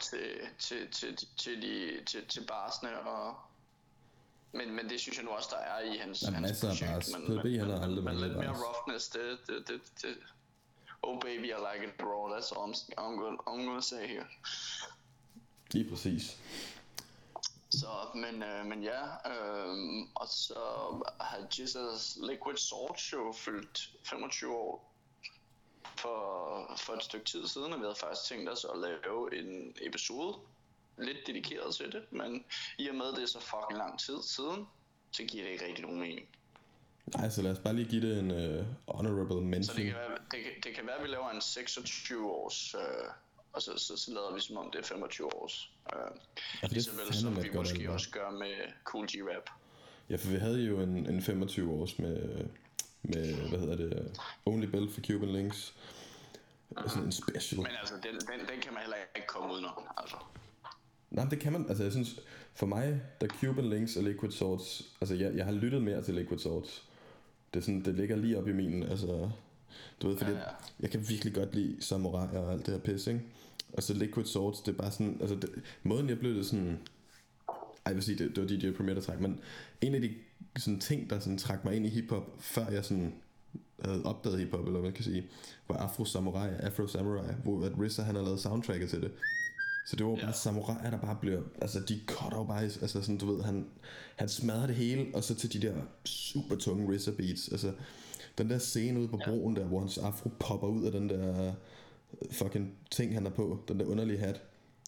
[SPEAKER 2] til barsene og... Men det synes jeg nu også, der er i hans
[SPEAKER 1] projekt. PDB, han har aldrig
[SPEAKER 2] men lidt mere roughness, det... Oh baby, I like it raw, that's all I'm gonna say here.
[SPEAKER 1] Lige præcis.
[SPEAKER 2] Så, men ja, og så har Jesus Liquid Swords jo fyldt 25 år for et stykke tid siden, og vi havde faktisk tænkt os at lave en episode lidt dedikeret til det, men i og med det er så fucking lang tid siden, så giver det ikke rigtig nogen mening.
[SPEAKER 1] Nej, så lad os bare lige give det en honorable mention.
[SPEAKER 2] Så det kan være, at vi laver en 26 års, og så lader vi som om det er 25 års. Lige så vel som vi måske også gør med Cool G Rap.
[SPEAKER 1] Ja, for vi havde jo en 25 års med hvad hedder det, Only Built for Cuban Links. Sådan en special.
[SPEAKER 2] Men altså, den kan man heller ikke komme udenom, altså.
[SPEAKER 1] Nej, det kan man, altså jeg synes, for mig, der Cuban Links og Liquid Swords, altså jeg har lyttet mere til Liquid Swords. Det er sådan, det ligger lige op i min, altså, du ved, fordi jeg kan virkelig godt lide Samurai og alt det her pis, ikke? Og så Liquid Swords, det er bare sådan, altså måden jeg blev det sådan, jeg vil sige, det var DJ Premier, der trak, men en af de sådan ting, der sådan trak mig ind i hiphop, før jeg sådan havde opdaget hiphop, eller hvad man kan sige, var Afro Samurai, hvor at RZA han har lavet soundtracket til det. Så det var bare samuraier, der bare bliver, altså de cutter jo bare, altså sådan, du ved, han smadrer det hele, og så til de der super tunge RZA beats, altså den der scene ude på broen der, hvor hans afro popper ud af den der fucking ting, han er på, den der underlige hat,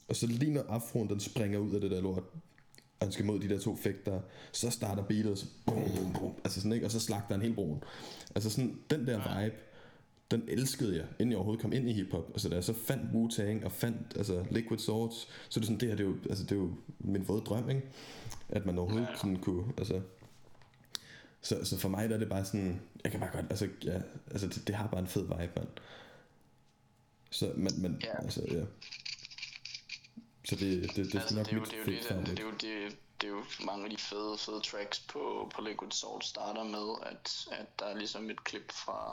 [SPEAKER 1] Og så lige når afroen den springer ud af det der lort, og han skal mod de der 2 fægtere, så starter beatet, og så boom, boom, altså sådan, ikke? Og så slagter han hele broen. Altså sådan, den der vibe, den elskede jeg, inden jeg overhovedet kom ind i hiphop. Altså da jeg så fandt Wu-Tang og fandt altså Liquid Swords, så er det sådan, det her, det er jo min våde drøm, ikke? At man overhovedet sådan kunne, altså. Så for mig der er det bare sådan, jeg kan bare godt, altså, ja, altså det har bare en fed vibe, mand. Så, men altså, ja. Så det altså,
[SPEAKER 2] er nok mit det er jo mange af de fede tracks på Liquid Swords starter med, at der er ligesom et klip fra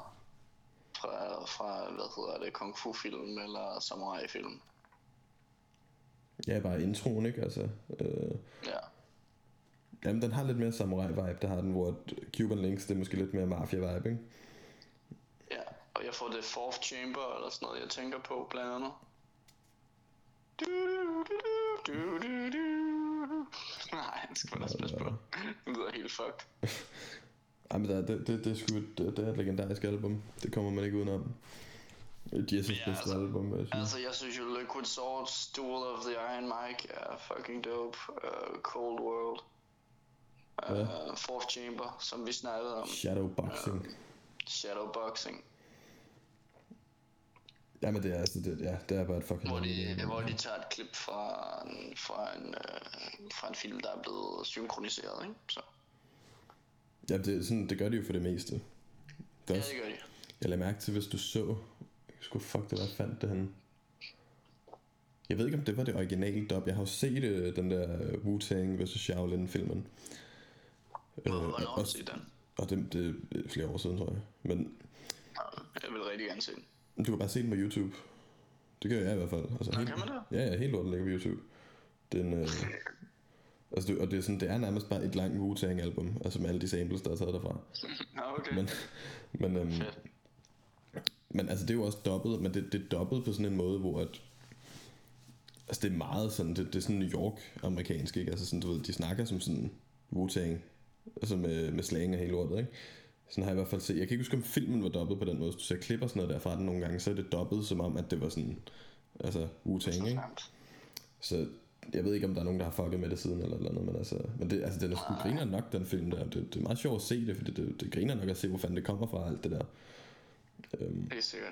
[SPEAKER 2] hvad hedder det, kung fu film eller samurai film.
[SPEAKER 1] Ja, bare introen, ikke? Altså,
[SPEAKER 2] ja.
[SPEAKER 1] Jamen, den har lidt mere samurai vibe, der har den, hvor Cuban Links, det er måske lidt mere mafia vibe, ikke?
[SPEAKER 2] Ja, og jeg får det fourth chamber eller sådan noget, jeg tænker på blandt andet. Nej, han skal man også passe på. Det lyder helt fucked.
[SPEAKER 1] Ej, men det er sgu det er et legendarisk album. Det kommer man ikke udenom. Jesus bedste album, jeg synes.
[SPEAKER 2] Altså, jeg synes jo Liquid Swords, Duel of the Iron Mike er fucking dope. Cold World. Fourth Chamber, som vi snakkede om. Shadowboxing. Jamen
[SPEAKER 1] det er altså det er bare et fucking
[SPEAKER 2] hvor de tager et klip fra en film, der er blevet synkroniseret, ikke? Så.
[SPEAKER 1] Ja, det er sådan, det gør de jo for det meste.
[SPEAKER 2] Det gør de.
[SPEAKER 1] Jeg lader mærke til, hvis du så, det var fandt det henne. Jeg ved ikke om det var det originale dub. Jeg har jo set den der Wu-Tang vs. Shaolin filmen.
[SPEAKER 2] Hvornår har du set den?
[SPEAKER 1] Og det er flere år siden, tror jeg. Men
[SPEAKER 2] jeg vil rigtig gerne se den.
[SPEAKER 1] Du kan bare se den på YouTube. Det gør jeg i hvert fald. Altså,
[SPEAKER 2] kan man det?
[SPEAKER 1] Ja, helt lortet ligger på YouTube. Den, altså, og det er sådan, det er nærmest bare et langt Wu-Tang album, altså med alle de samples, der er taget derfra.
[SPEAKER 2] Okay.
[SPEAKER 1] Men altså, det er jo også dobbelt, men det er dobbelt på sådan en måde, hvor at, altså det er meget sådan, det er sådan New York-amerikansk, ikke? Altså sådan, du ved, de snakker som sådan Wu-Tang, altså med slang og hele lortet, ikke? Sådan har jeg i hvert fald set. Jeg kan ikke huske, om filmen var dobbelt på den måde. Hvis du ser klipper sådan noget derfra den nogle gange, så er det dobbelt, som om, at det var sådan, altså Wu-Tang, ikke? Så jeg ved ikke, om der er nogen, der har fucket med det siden eller noget, men altså, den er sgu griner nok, den film der. Det er meget sjovt at se det, fordi det griner nok at se, hvor fanden det kommer fra, alt det der.
[SPEAKER 2] Det er sikkert.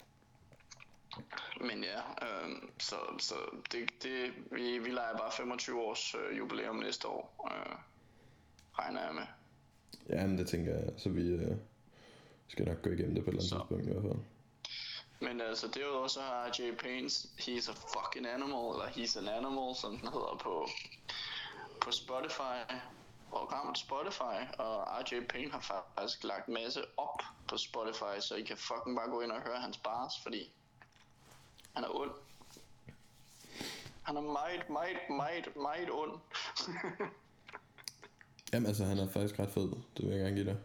[SPEAKER 2] Men ja, så vi leger bare 25 års jubilæum næste år, regner jeg med.
[SPEAKER 1] Ja, men det tænker jeg, så vi skal nok gå igennem det på et eller andet tidspunkt i hvert fald.
[SPEAKER 2] Men altså, derudover så har RJ Payne's He's a Fucking Animal, eller He's an Animal, som den hedder på Spotify, programmet Spotify, og RJ Payne har faktisk lagt en masse op på Spotify, så I kan fucking bare gå ind og høre hans bars, fordi han er ond. Han er meget ond.
[SPEAKER 1] Jamen altså, han er faktisk ret fed, det vil jeg gerne give dig.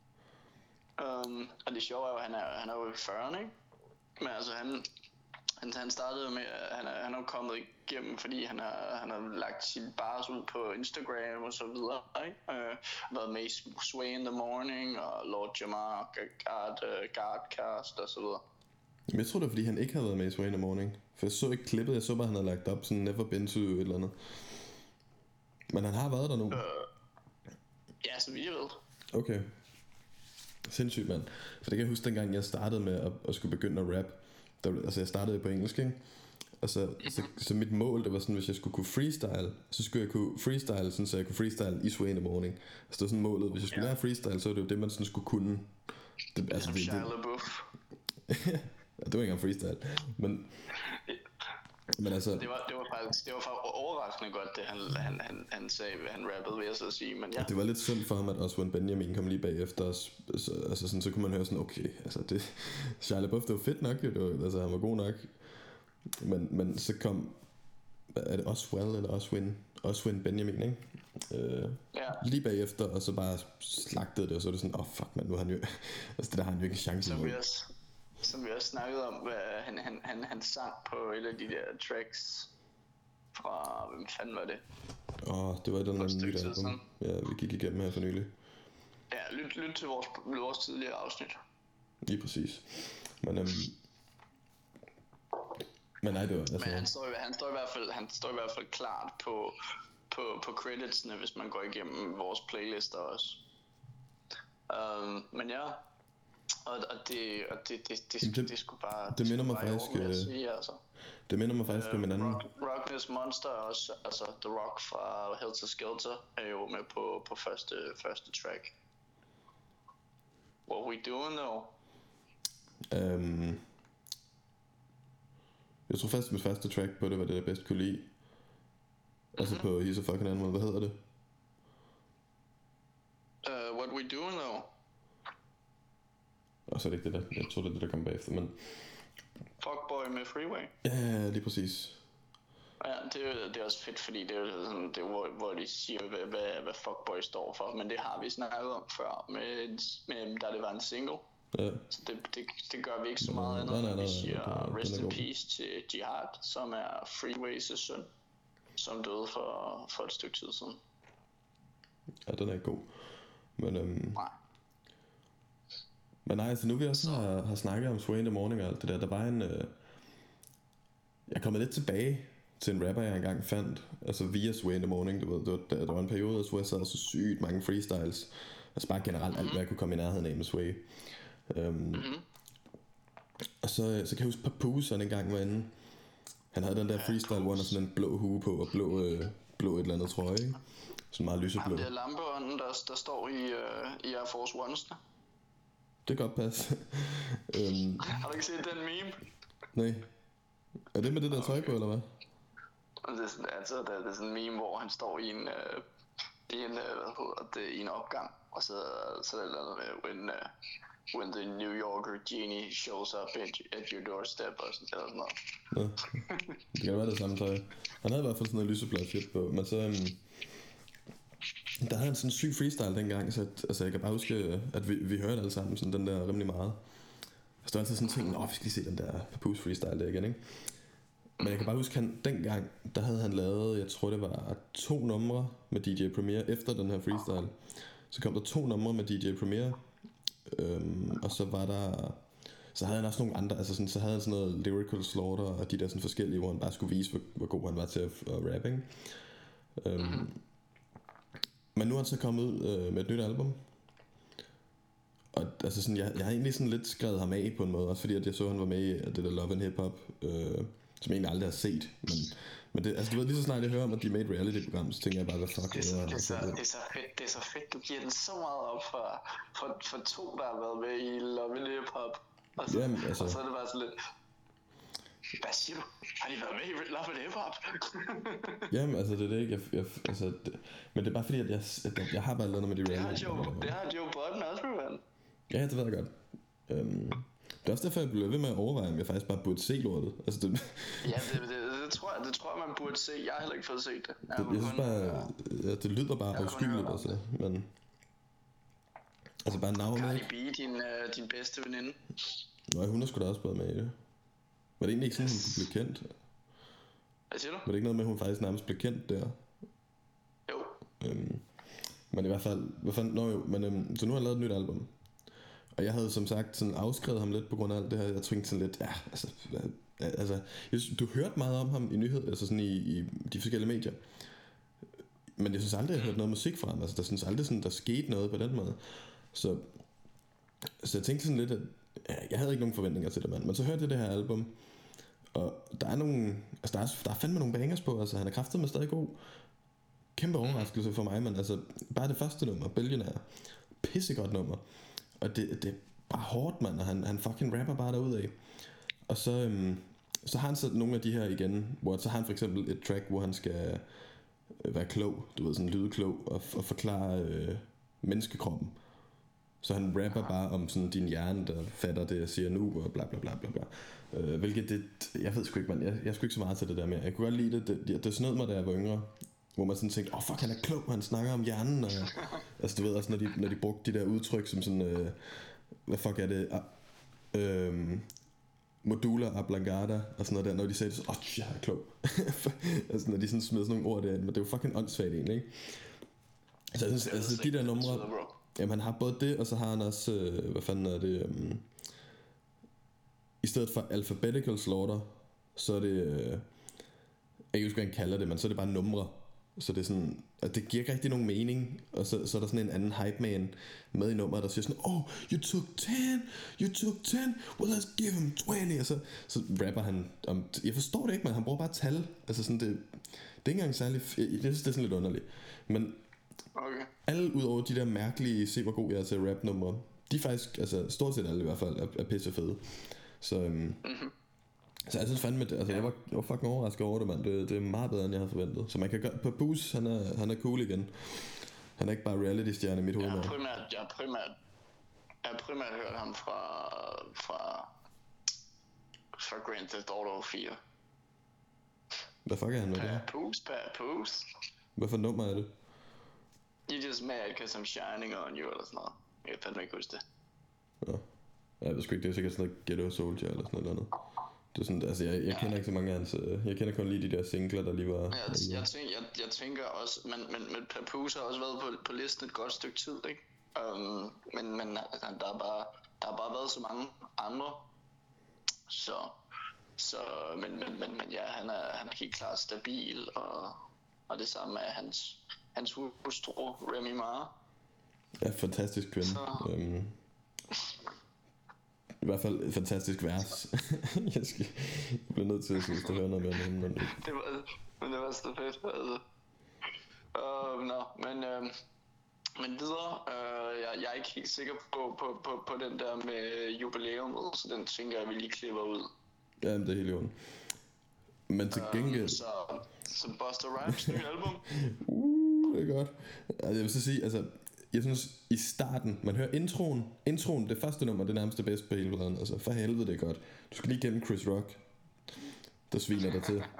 [SPEAKER 2] Og det sjove er jo, han er jo i 40'erne, ikke? Men altså, han startede med, han er kommet igennem, fordi han har lagt sine bars ud på Instagram og så videre, ikke? Været med i Sway in the Morning og Lord Jamar, Guardcast og så videre.
[SPEAKER 1] Men jeg tror det var, fordi han ikke havde været med i Sway in the Morning. For jeg så ikke klippet, jeg så bare, han havde lagt op sådan Never Been to et eller andet. Men han har været der nu.
[SPEAKER 2] Ja, så vidt jeg ved.
[SPEAKER 1] Okay. Sindssygt, mand. For det kan jeg huske, dengang jeg startede med at skulle begynde at rap. Altså jeg startede på engelsk, ikke? Og så mit mål, det var sådan, hvis jeg skulle kunne freestyle, så skulle jeg kunne freestyle, sådan, så jeg kunne freestyle i Sway in the Morning. Så det var sådan målet, hvis jeg skulle lære freestyle, så var det jo det, man sådan skulle kunne.
[SPEAKER 2] Det, altså, det
[SPEAKER 1] ja, det var ikke engang freestyle. Men altså,
[SPEAKER 2] det var faktisk overraskende godt, det han sagde, han rappede, vil jeg så sige, men ja.
[SPEAKER 1] Det var lidt synd for ham, at Oswald Benjamin kom lige bagefter os, altså sådan, så kunne man høre sådan, okay, altså det, Shia LaBeouf, det var fedt nok, altså han var god nok, men så kom, er det Oswald eller Oswald Benjamin, ikke?
[SPEAKER 2] Ja.
[SPEAKER 1] Lige bagefter, og så bare slagtede det, og så er det sådan, fuck man, nu har han jo, altså det der har han jo ikke en chance imod.
[SPEAKER 2] Som vi også snakkede om, han sang på et af de der tracks fra, hvem fanden var det?
[SPEAKER 1] Det var et eller andet nyt album. Ja, vi gik igennem her for nylig.
[SPEAKER 2] Ja, lyt til vores tidligere afsnit.
[SPEAKER 1] Lige præcis. Men Men nej, det var altså...
[SPEAKER 2] Men han står i hvert fald klart på creditsene, hvis man går igennem vores playlister også. Men ja, og det skulle bare...
[SPEAKER 1] Det minder mig faktisk...
[SPEAKER 2] altså.
[SPEAKER 1] Det minder mig faktisk om en anden...
[SPEAKER 2] Rock This Monster også, altså The Rock fra Helter Skelter er jo med på første track. What we doing though?
[SPEAKER 1] Jeg tror faktisk mit første track på det var det jeg bedst kunne lide. Altså på He's a Fucking Animal, hvad hedder det?
[SPEAKER 2] What we doing though?
[SPEAKER 1] Og så er det ikke det der, jeg tror det er det der kom bagefter, men...
[SPEAKER 2] Fuckboy med Freeway.
[SPEAKER 1] Ja, lige præcis.
[SPEAKER 2] Ja, det er også fedt, fordi det er jo sådan, det er, hvor de siger, hvad fuckboy står for. Men det har vi snakket om før, med da det var en single. Ja. Så det gør vi ikke så meget andet. Nej, vi siger rest in peace til Jihad, som er Freeways' søn, som døde for et stykke tid siden.
[SPEAKER 1] Ja, den er ikke god. Men nej. Men nej, altså nu vi også har snakket om Sway in the Morning og alt det der. Der var en... Jeg er kommet lidt tilbage til en rapper, jeg engang fandt. Altså via Sway in the Morning, du ved. Der var en periode, hvor jeg sad så sygt mange freestyles. Altså bare generelt alt, hvad jeg kunne komme i nærheden af med Sway. Og så kan jeg huske Papoose, han engang var inde. Han havde den der freestyle, hvor han sådan en blå hue på og blå et eller andet trøje, ikke? Sådan meget lyseblå.
[SPEAKER 2] Det er lampeånden, der står i Air Force Ones der.
[SPEAKER 1] Det kan godt passe.
[SPEAKER 2] Har du ikke set den meme?
[SPEAKER 1] Nej. Er det med det der tøj på, eller hvad?
[SPEAKER 2] Det er sådan en meme, hvor han står i en opgang, og så er det noget med, when the New Yorker genie shows up at your doorstep, og sådan noget.
[SPEAKER 1] Ja. Det kan være det samme tøj. Han havde i hvert fald sådan noget lyseblåt shit på, men så... der havde han sådan en syg freestyle dengang, så altså jeg kan bare huske, at vi hørte alle sammen sådan den der rimelig meget. Så der var altid sådan en ting, vi skal lige se den der Papoose freestyle der igen, ikke? Men jeg kan bare huske, han dengang, der havde han lavet, jeg tror det var 2 numre med DJ Premier efter den her freestyle. Så kom der 2 numre med DJ Premier, og så var der... Så havde han også nogle andre, altså sådan, så havde han sådan noget Lyrical Slaughter og de der sådan forskellige, hvor han bare skulle vise, hvor god han var til at rapping. Men nu er han så kommet ud med et nyt album. Og altså sådan, jeg har egentlig sådan lidt skrevet ham af på en måde, også fordi at jeg så, at han var med i det der Love and Hip Hop, som jeg egentlig aldrig har set. Men det, altså du ved, lige så snart jeg hører om, at de er med et reality-program, så tænker jeg bare, hvad fuck
[SPEAKER 2] det er så fedt, du giver den så meget op for 2, der har været med i Love and Hip Hop. Og så, jamen, altså, og så er det bare sådan lidt... Hvad siger du? Har de været med i Love and Hip Hop?
[SPEAKER 1] Jamen, altså det er det ikke. Men det er bare fordi, at jeg har bare lavet noget med de reality.
[SPEAKER 2] Det har Joe Budden også, man.
[SPEAKER 1] Ja, det ved jeg godt. Det er også derfor, jeg blev ved med at overveje, om jeg faktisk bare burde se lortet. Altså, det...
[SPEAKER 2] Ja, det tror jeg, man burde se. Jeg har heller ikke fået set det.
[SPEAKER 1] Jeg synes bare, det lyder bare afskyeligt, altså. Men... Altså bare navnet,
[SPEAKER 2] Cardi B, din bedste veninde.
[SPEAKER 1] Nej, hun har sgu da også været med i det. Var det egentlig ikke sådan, hun blev kendt?
[SPEAKER 2] Hvad siger du?
[SPEAKER 1] Var det ikke noget med, at hun faktisk nærmest blev kendt der?
[SPEAKER 2] Jo.
[SPEAKER 1] Men i hvert fald, men så nu har jeg lavet et nyt album. Og jeg havde som sagt sådan afskrevet ham lidt på grund af alt det her. Jeg tænkte sådan lidt, du hørte meget om ham i nyheder, altså sådan i de forskellige medier. Men jeg synes aldrig, jeg hørte noget musik fra ham. Altså der synes aldrig sådan, der skete noget på den måde. Så jeg tænkte sådan lidt, at jeg havde ikke nogen forventninger til det, mand. Men så hørte jeg det her album, og der er nogle, altså der er fandme nogle bangers på, altså han er kraftedeme stadig god. Kæmpe overraskelse for mig, men altså bare det første nummer, Billionaire, pissegodt nummer. Og det er bare hårdt, mand, og han fucking rapper bare derudad. Og så har han så nogle af de her igen, hvor så har han for eksempel et track, hvor han skal være klog, du ved, sådan lydklog, og forklare menneskekroppen. Så han rapper bare om sådan din hjerne, der fatter det, jeg siger nu, og bla bla bla bla bla. Hvilket jeg ved sgu ikke, man. Jeg er sgu ikke så meget til det der mere. Jeg kunne godt lide det. Det snød mig, da jeg var yngre. Hvor man sådan tænkte, fuck, han er klog, han snakker om hjernen. Og, altså du ved også, når de brugte de der udtryk som sådan, hvad fuck er det? Modular oblongata og sådan noget der, når de sagde det så, jeg er klog. Altså når de sådan smed sådan nogle ord derind, men det er jo fucking åndssvagt egentlig, ikke? Så jeg synes, altså de der numre, jamen han har både det, og så har han også, hvad fanden er det, i stedet for Alphabetical Slaughter, så er det, jeg kan huske, hvad han kalder det, men så er det bare numre. Så det er sådan, at det giver ikke rigtig nogen mening. Og så er der sådan en anden hype man med i nummeret, der siger sådan, oh, you took 10, well let's give him 20. Og så rapper han om, jeg forstår det ikke, men han bruger bare tal. Altså sådan, det er ikke engang særlig, jeg synes det er sådan lidt underligt. Men
[SPEAKER 2] okay.
[SPEAKER 1] Alle udover de der mærkelige, se hvor god jeg er til rap numre, de er faktisk, altså stort set alle i hvert fald, er pisse fede. Så, så jeg synes fandme, altså jeg var fucking overrasket over det, mand. Det er meget bedre, end jeg havde forventet. Så man kan gøre, Papoose, han er cool igen. Han er ikke bare reality-stjerne i mit hoved.
[SPEAKER 2] Jeg har primært hørt ham fra Grand Theft Auto 4.
[SPEAKER 1] Hvad fuck er han med det?
[SPEAKER 2] Papoose.
[SPEAKER 1] Hvad for nummer er det?
[SPEAKER 2] You're just mad because I'm shining on you, eller sådan noget. Jeg kan fandme ikke huske det.
[SPEAKER 1] Ja. Jeg ved sgu ikke, det er sikkert sådan noget Ghetto Soldier eller sådan noget andet. Det er sådan, altså jeg kender ikke så mange af hans, jeg kender kun lige de der singler, der lige var.
[SPEAKER 2] Jeg tænker også, men Papoose har også været på listen et godt stykke tid, ikke? Men der har bare været så mange andre, men ja, han er helt klart stabil, og det samme er hans hustru Remy Ma.
[SPEAKER 1] Ja, fantastisk kvinde. I hvert fald et fantastisk vers. Jeg bliver nødt til at høre noget mere om det.
[SPEAKER 2] Det var så fedt, altså. Men videre, jeg er ikke helt sikker på den der med jubilæumet, så den tænker jeg, vi lige klipper ud.
[SPEAKER 1] Ja, det er helt i orden. Men til gengæld...
[SPEAKER 2] Så Busta Rhymes nye album.
[SPEAKER 1] Det er godt. Altså, jeg vil så sige, altså... Jeg synes, i starten, man hører introen, det første nummer, det er nærmest det bedste på hele pladen. Altså, for helvede, det er godt. Du skal lige gennem Chris Rock, der sviner dig til.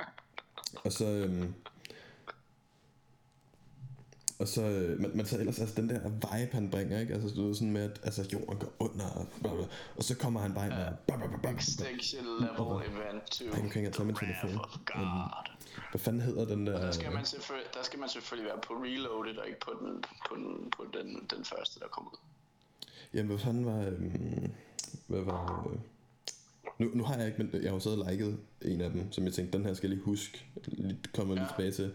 [SPEAKER 1] Og så, men så ellers, altså den der vibe, han bringer, ikke? Altså, du ved sådan med, at altså, jorden går under, og så kommer han bare ind med...
[SPEAKER 2] Extinction level event to...
[SPEAKER 1] Han kan ikke tage min telefon. Hvad fanden hedder den der...
[SPEAKER 2] Der skal man selvfølgelig være på Reloaded, og ikke på den første, der kom ud.
[SPEAKER 1] Jamen, hvad fanden var... hvad var... Nu har jeg ikke, men jeg har jo siddet og liket en af dem, som jeg tænkte, den her skal jeg lige huske. Kommer lidt tilbage til.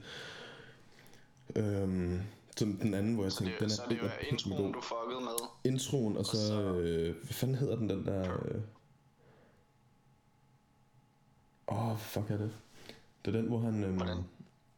[SPEAKER 1] Som den anden, hvor jeg tænkte, den er...
[SPEAKER 2] Så det var introen, du fuckede med.
[SPEAKER 1] Introen, og så... hvad fanden hedder den der... fuck er det? Det er den, hvor han...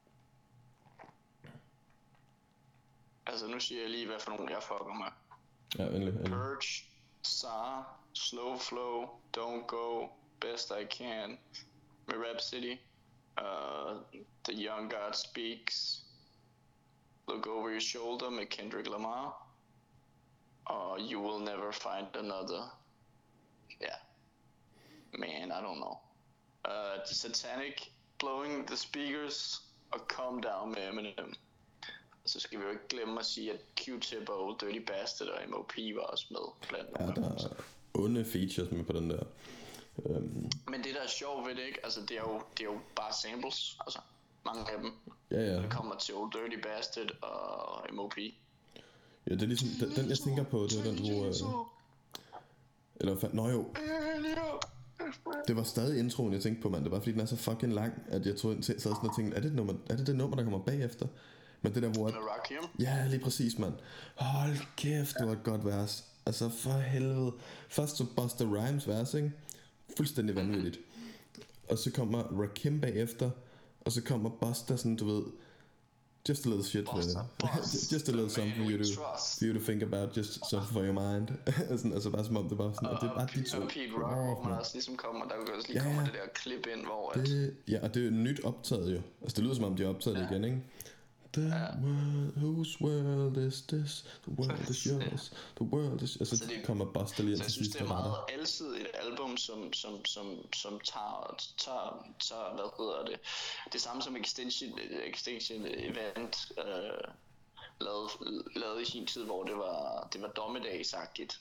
[SPEAKER 2] Altså, nu siger jeg lige, hvad for nogen jeg fucker med.
[SPEAKER 1] Ja, endelig.
[SPEAKER 2] Purge, SAR, Slow Flow, Don't Go, Best I Can, med Rhapsody, The Young God Speaks, Look Over Your Shoulder med Kendrick Lamar, og You Will Never Find Another. Yeah. Man, I don't know. Satanic, Blowing the Speakers, og Calm Down med Eminem. Så skal vi jo ikke glemme at sige, at Q-Tip og Dirty Bastard og M.O.P. var også med blandt
[SPEAKER 1] nogle. Ja, der er onde features med på den der.
[SPEAKER 2] Men det der er sjovt ved det, ikke? Altså, det er jo bare samples, altså mange af dem.
[SPEAKER 1] Ja.
[SPEAKER 2] Det kommer til Old Dirty Bastard og M.O.P.
[SPEAKER 1] Ja, det er ligesom, den jeg tænker på, det var den, hvor... Eller hvad fanden? Nå jo. Det var stadig introen, jeg tænkte på, mand. Det var fordi, den er så fucking lang, at jeg sad sådan og tænkte, er det det nummer, der kommer bagefter? Men det der, hvor... Ja, lige præcis, mand. Hold kæft, det var et godt vers. Altså, for helvede. Først så Busta Rhymes vers, ikke? Fuldstændig vanvittigt. Og så kommer Rakim bagefter, og så kommer Busta sådan, du ved... Just a little shit for just a little something for you to think about, just something for your mind. Altså bare som om det var sådan, og det er bare de to.
[SPEAKER 2] Og Pete Rock, hvor man også ligesom kommer, der også lige kommer det der klip ind, hvor...
[SPEAKER 1] Ja, og det er jo nyt optaget jo. Altså det lyder som om de har optaget det igen, ikke? The world, whose world is this? The world is yours. The world is... Altså det kommer Busta lige ind til sidst.
[SPEAKER 2] Så jeg synes, det er meget alsidigt et album, som tager, hvad hedder det? Det samme som Extinction Event lavede i sin tid, hvor det var dommedagsagtigt.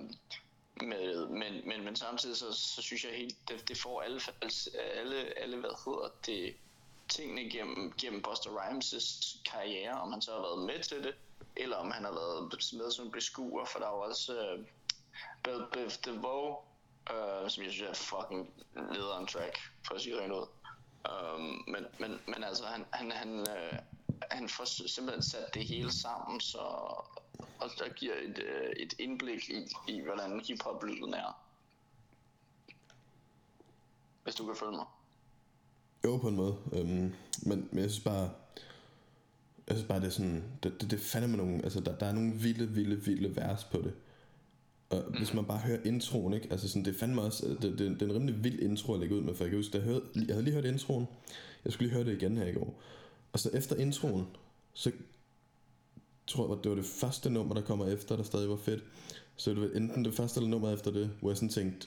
[SPEAKER 2] Men samtidig så synes jeg helt, det får alle hvad hedder det, tingene gennem Busta Rhymes' karriere, om han så har været med til det, eller om han har været med som beskuer, for der er jo også Bev DeVoe som jeg synes er fucking nederen track, for at sige rent ud. Men altså, han får simpelthen sat det hele sammen, så, og der giver et indblik i hvordan hiphop-lyden er. Hvis du kan følge mig.
[SPEAKER 1] Jo, på en måde. Men jeg synes bare, det er sådan, det fandme nogle, altså der er nogle vilde vers på det. Og hvis man bare hører introen, ikke? Altså sådan, det fandme også, det er en rimelig vild intro at lægge ud med, for jeg kan huske, jeg havde lige hørt introen, jeg skulle lige høre det igen her i går. Og så efter introen, så tror jeg, det var det første nummer, der kommer efter, der stadig var fedt. Så det var enten det første eller nummer efter det, hvor jeg sådan tænkte,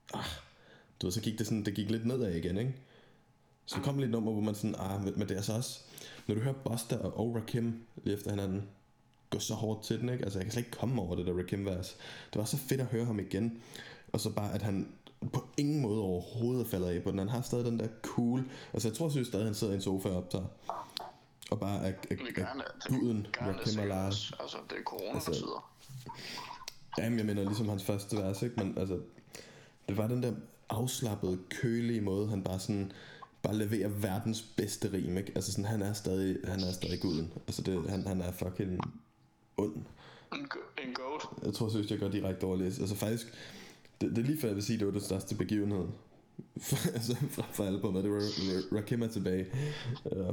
[SPEAKER 1] du ved, så gik det gik lidt nedad igen, ikke? Så kom lidt nummer, hvor man sådan, men det er så også, når du hører Busta og Rakim lige efter hinanden gå så hårdt til den, ikke? Altså jeg kan slet ikke komme over det der Rakim-vers. Det var så fedt at høre ham igen. Og så bare, at han på ingen måde overhovedet falder af på den. Han har stadig den der cool, altså jeg tror stadig, at han sidder i en sofa og optager. Og bare er guden Rakim Allah.
[SPEAKER 2] Altså det er corona-tider.
[SPEAKER 1] Jamen jeg mener ligesom hans første vers, ikke? Men altså, det var den der afslappede, kølige måde, han bare leverer verdens bedste rim, ikke? Altså sådan, han er stadig guden. Altså han er fucking ond.
[SPEAKER 2] En goat.
[SPEAKER 1] Jeg tror seriøst, jeg går direkte overlæs. Altså faktisk, det er lige før jeg vil sige, det var den største begivenhed. Altså fra albumet, det var Rakim er tilbage. Ja.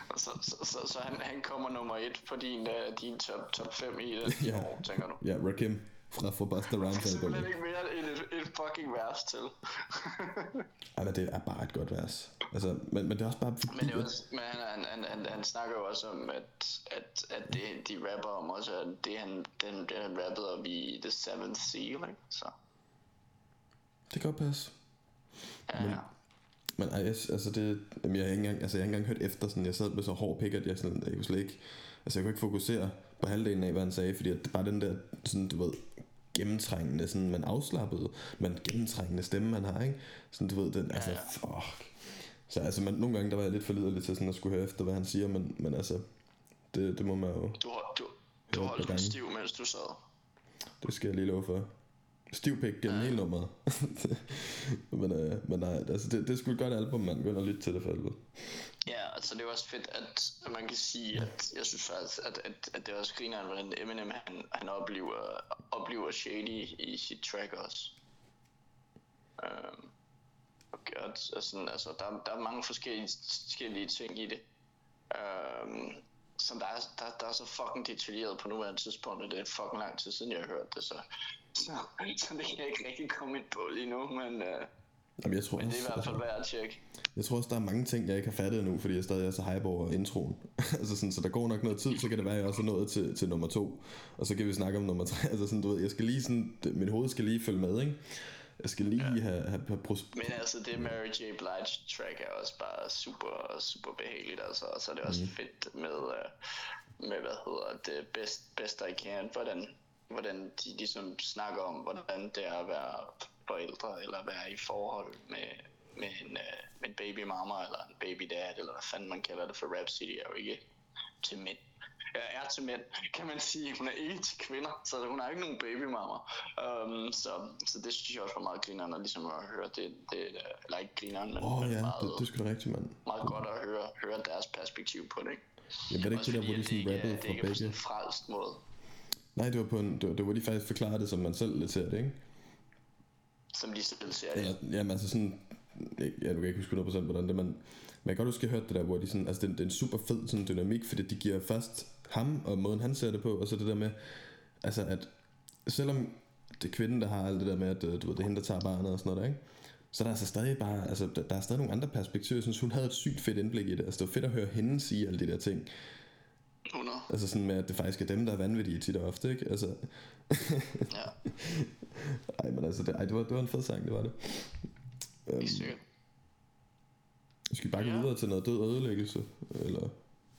[SPEAKER 2] Så han kommer nummer 1 på din top 5 i år, tænker du?
[SPEAKER 1] Ja, Rakim fra Busta Rhymes album.
[SPEAKER 2] Simpelthen ikke mere end et fucking vers til.
[SPEAKER 1] Ej, men det er bare et godt vers. Altså, men det er også bare fordi,
[SPEAKER 2] men han snakker jo også om at det de rapper om også at det han rappede om i The Seventh Seal, ikke? Så
[SPEAKER 1] det kan godt passe.
[SPEAKER 2] Ja.
[SPEAKER 1] Men altså det, jeg har ikke engang hørt efter sådan, jeg sad med så hård pik, at jeg kunne slet ikke, altså jeg kunne ikke fokusere på halvdelen af hvad han sagde, fordi det bare den der sådan, du ved, gennemtrængende sådan, man afslappede, men gennemtrængende stemme man har, ikke? Sådan du ved den, altså fuck. Så altså nogle gange der var jeg lidt for liderlig til sådan at skulle høre efter hvad han siger, men altså det må man jo.
[SPEAKER 2] Du holdt den stiv mens du sad.
[SPEAKER 1] Det skal jeg lige love for. Stiv pik gennem hele nummeret. men nej, altså det er sgu et godt album, man går ind og lytte til det for helvede.
[SPEAKER 2] Ja, altså det er også fedt, at man kan sige, at jeg synes faktisk, at det også griner, hvordan Eminem han oplever Shady i sit track også. Og sådan, altså, der er mange forskellige ting i det. Som der er så fucking detaljeret på nuværende tidspunkt, og det er fucking lang tid siden jeg har hørt det, så det kan jeg ikke rigtig komme ind på lige nu, men
[SPEAKER 1] jamen, jeg tror
[SPEAKER 2] men det er
[SPEAKER 1] også,
[SPEAKER 2] i hvert fald værd at tjekke.
[SPEAKER 1] Jeg tror også der er mange ting jeg ikke har fattet endnu, fordi jeg stadig er så hype over introen. Altså sådan, så der går nok noget tid, så kan det være at jeg også er nået til nummer 2, og så kan vi snakke om nummer 3. Altså sådan, du ved, jeg skal lige sådan, mit hoved skal lige følge med, ikke? Jeg skal lige have
[SPEAKER 2] men altså det Mary J. Blige track er også bare super behageligt, altså, og så er det også fedt med hvad hedder det, best I can, hvordan de ligesom snakker om, hvordan det er at være forældre, eller være i forhold med en baby mama, eller en baby dad, eller hvad fanden man kalder det, for Rap City er jo ikke til mænd. Jeg er til mænd, kan man sige. Hun er ikke til kvinder, så hun har ikke nogen babymamma. Så det synes jeg også var meget grinerende, ligesom at høre det eller ikke grinerende, men
[SPEAKER 1] ja,
[SPEAKER 2] meget,
[SPEAKER 1] det er sgu da rigtigt, mand.
[SPEAKER 2] Meget godt at høre deres perspektiv på det, ikke?
[SPEAKER 1] Jamen, var det ikke det der, hvor de sådan rappede fra begge? Det er ikke på sådan
[SPEAKER 2] en frelst måde.
[SPEAKER 1] Nej, det var det var de faktisk forklarede det, som man selv lidt ser det, ikke?
[SPEAKER 2] Som de selv ser det?
[SPEAKER 1] Jamen, altså sådan, ja, du kan ikke huske 100% hvordan det, men jeg kan godt huske, at jeg hørte det der, hvor de sådan, altså det er en super fed sådan dynamik, fordi de giver først ham og måden han ser det på, og så det der med, altså at selvom det er kvinden, der har alt det der med, at du ved, det er hende, der tager barnet og sådan noget der, ikke? Så der er altså stadig bare, altså der er stadig nogle andre perspektiver. Jeg synes, hun havde et sygt fedt indblik i det. Altså det var fedt at høre hende sige alle de der ting.
[SPEAKER 2] 100.
[SPEAKER 1] Altså sådan med, at det faktisk er dem, der er vanvittige tit og ofte, ikke? Altså.
[SPEAKER 2] Ja.
[SPEAKER 1] Ej, men altså, det var en fed sang, det var det. Skal vi bare gå videre til noget død og ødelæggelse, eller?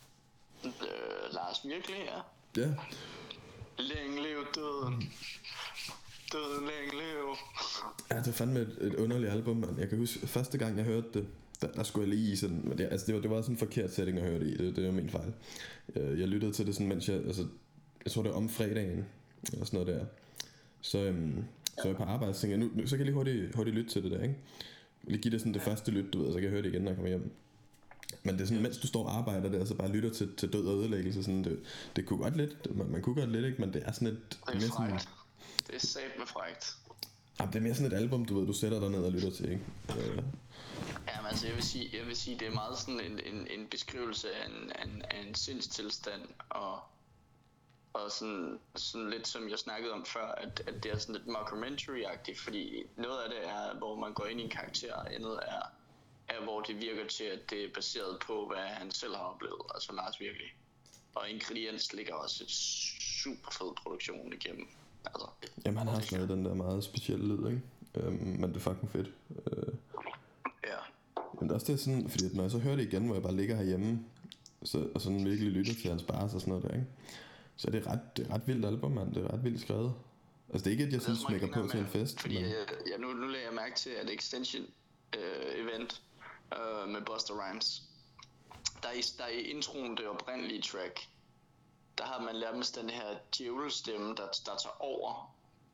[SPEAKER 2] Lars, virkelig, ja.
[SPEAKER 1] Ja.
[SPEAKER 2] Længe lev døden. Døden længe lev.
[SPEAKER 1] Ja, det var fandme et underligt album, man. Jeg kan huske, første gang jeg hørte det, der skulle jeg lige i sådan, men det var sådan en forkert setting at høre det i, det var min fejl. Jeg lyttede til det sådan, mens jeg tror det var om fredagen, eller sådan noget der. Så så er jeg på arbejde, så tænker jeg, nu så kan jeg lige hurtigt lytte til det der, ikke? Lige give det sådan det første lyt, du ved, så kan jeg høre det igen, når jeg kommer hjem. Men det er sådan, mens du står og arbejder der, så bare lytter til død og ødelæggelse, sådan, det kunne godt lidt, man kunne godt lidt, ikke? Men det er sådan et...
[SPEAKER 2] Det er frækt. Det er satme frækt.
[SPEAKER 1] Ja, det er mere sådan et album, du ved, du sætter dig ned og lytter til, ikke?
[SPEAKER 2] Ja, men altså, jeg vil sige, det er meget sådan en beskrivelse af en sindstilstand, og sådan lidt som jeg snakkede om før, at det er sådan lidt mockumentary-agtigt, fordi noget af det er, hvor man går ind i en karakter, og andet er hvor det virker til, at det er baseret på, hvad han selv har oplevet, altså Lars virkelig. Og Ingrediens ligger også et super fed produktion igennem. Altså,
[SPEAKER 1] jamen han har sådan den der meget specielle lyd, ikke? Men det er fucking fedt.
[SPEAKER 2] Ja.
[SPEAKER 1] Men det er også det sådan, fordi når jeg så hører det igen, hvor jeg bare ligger herhjemme, og sådan virkelig lytter til hans bars og sådan noget der, ikke? Så er det ret vildt album, mand. Det er ret vildt skrevet. Altså det er ikke, at jeg synes smækker på til en fest.
[SPEAKER 2] Fordi men... nu lagde jeg mærke til, at Extension event med Busta Rhymes, der i introen, det oprindelige track, der har man lært med den her djævelstemme, der tager over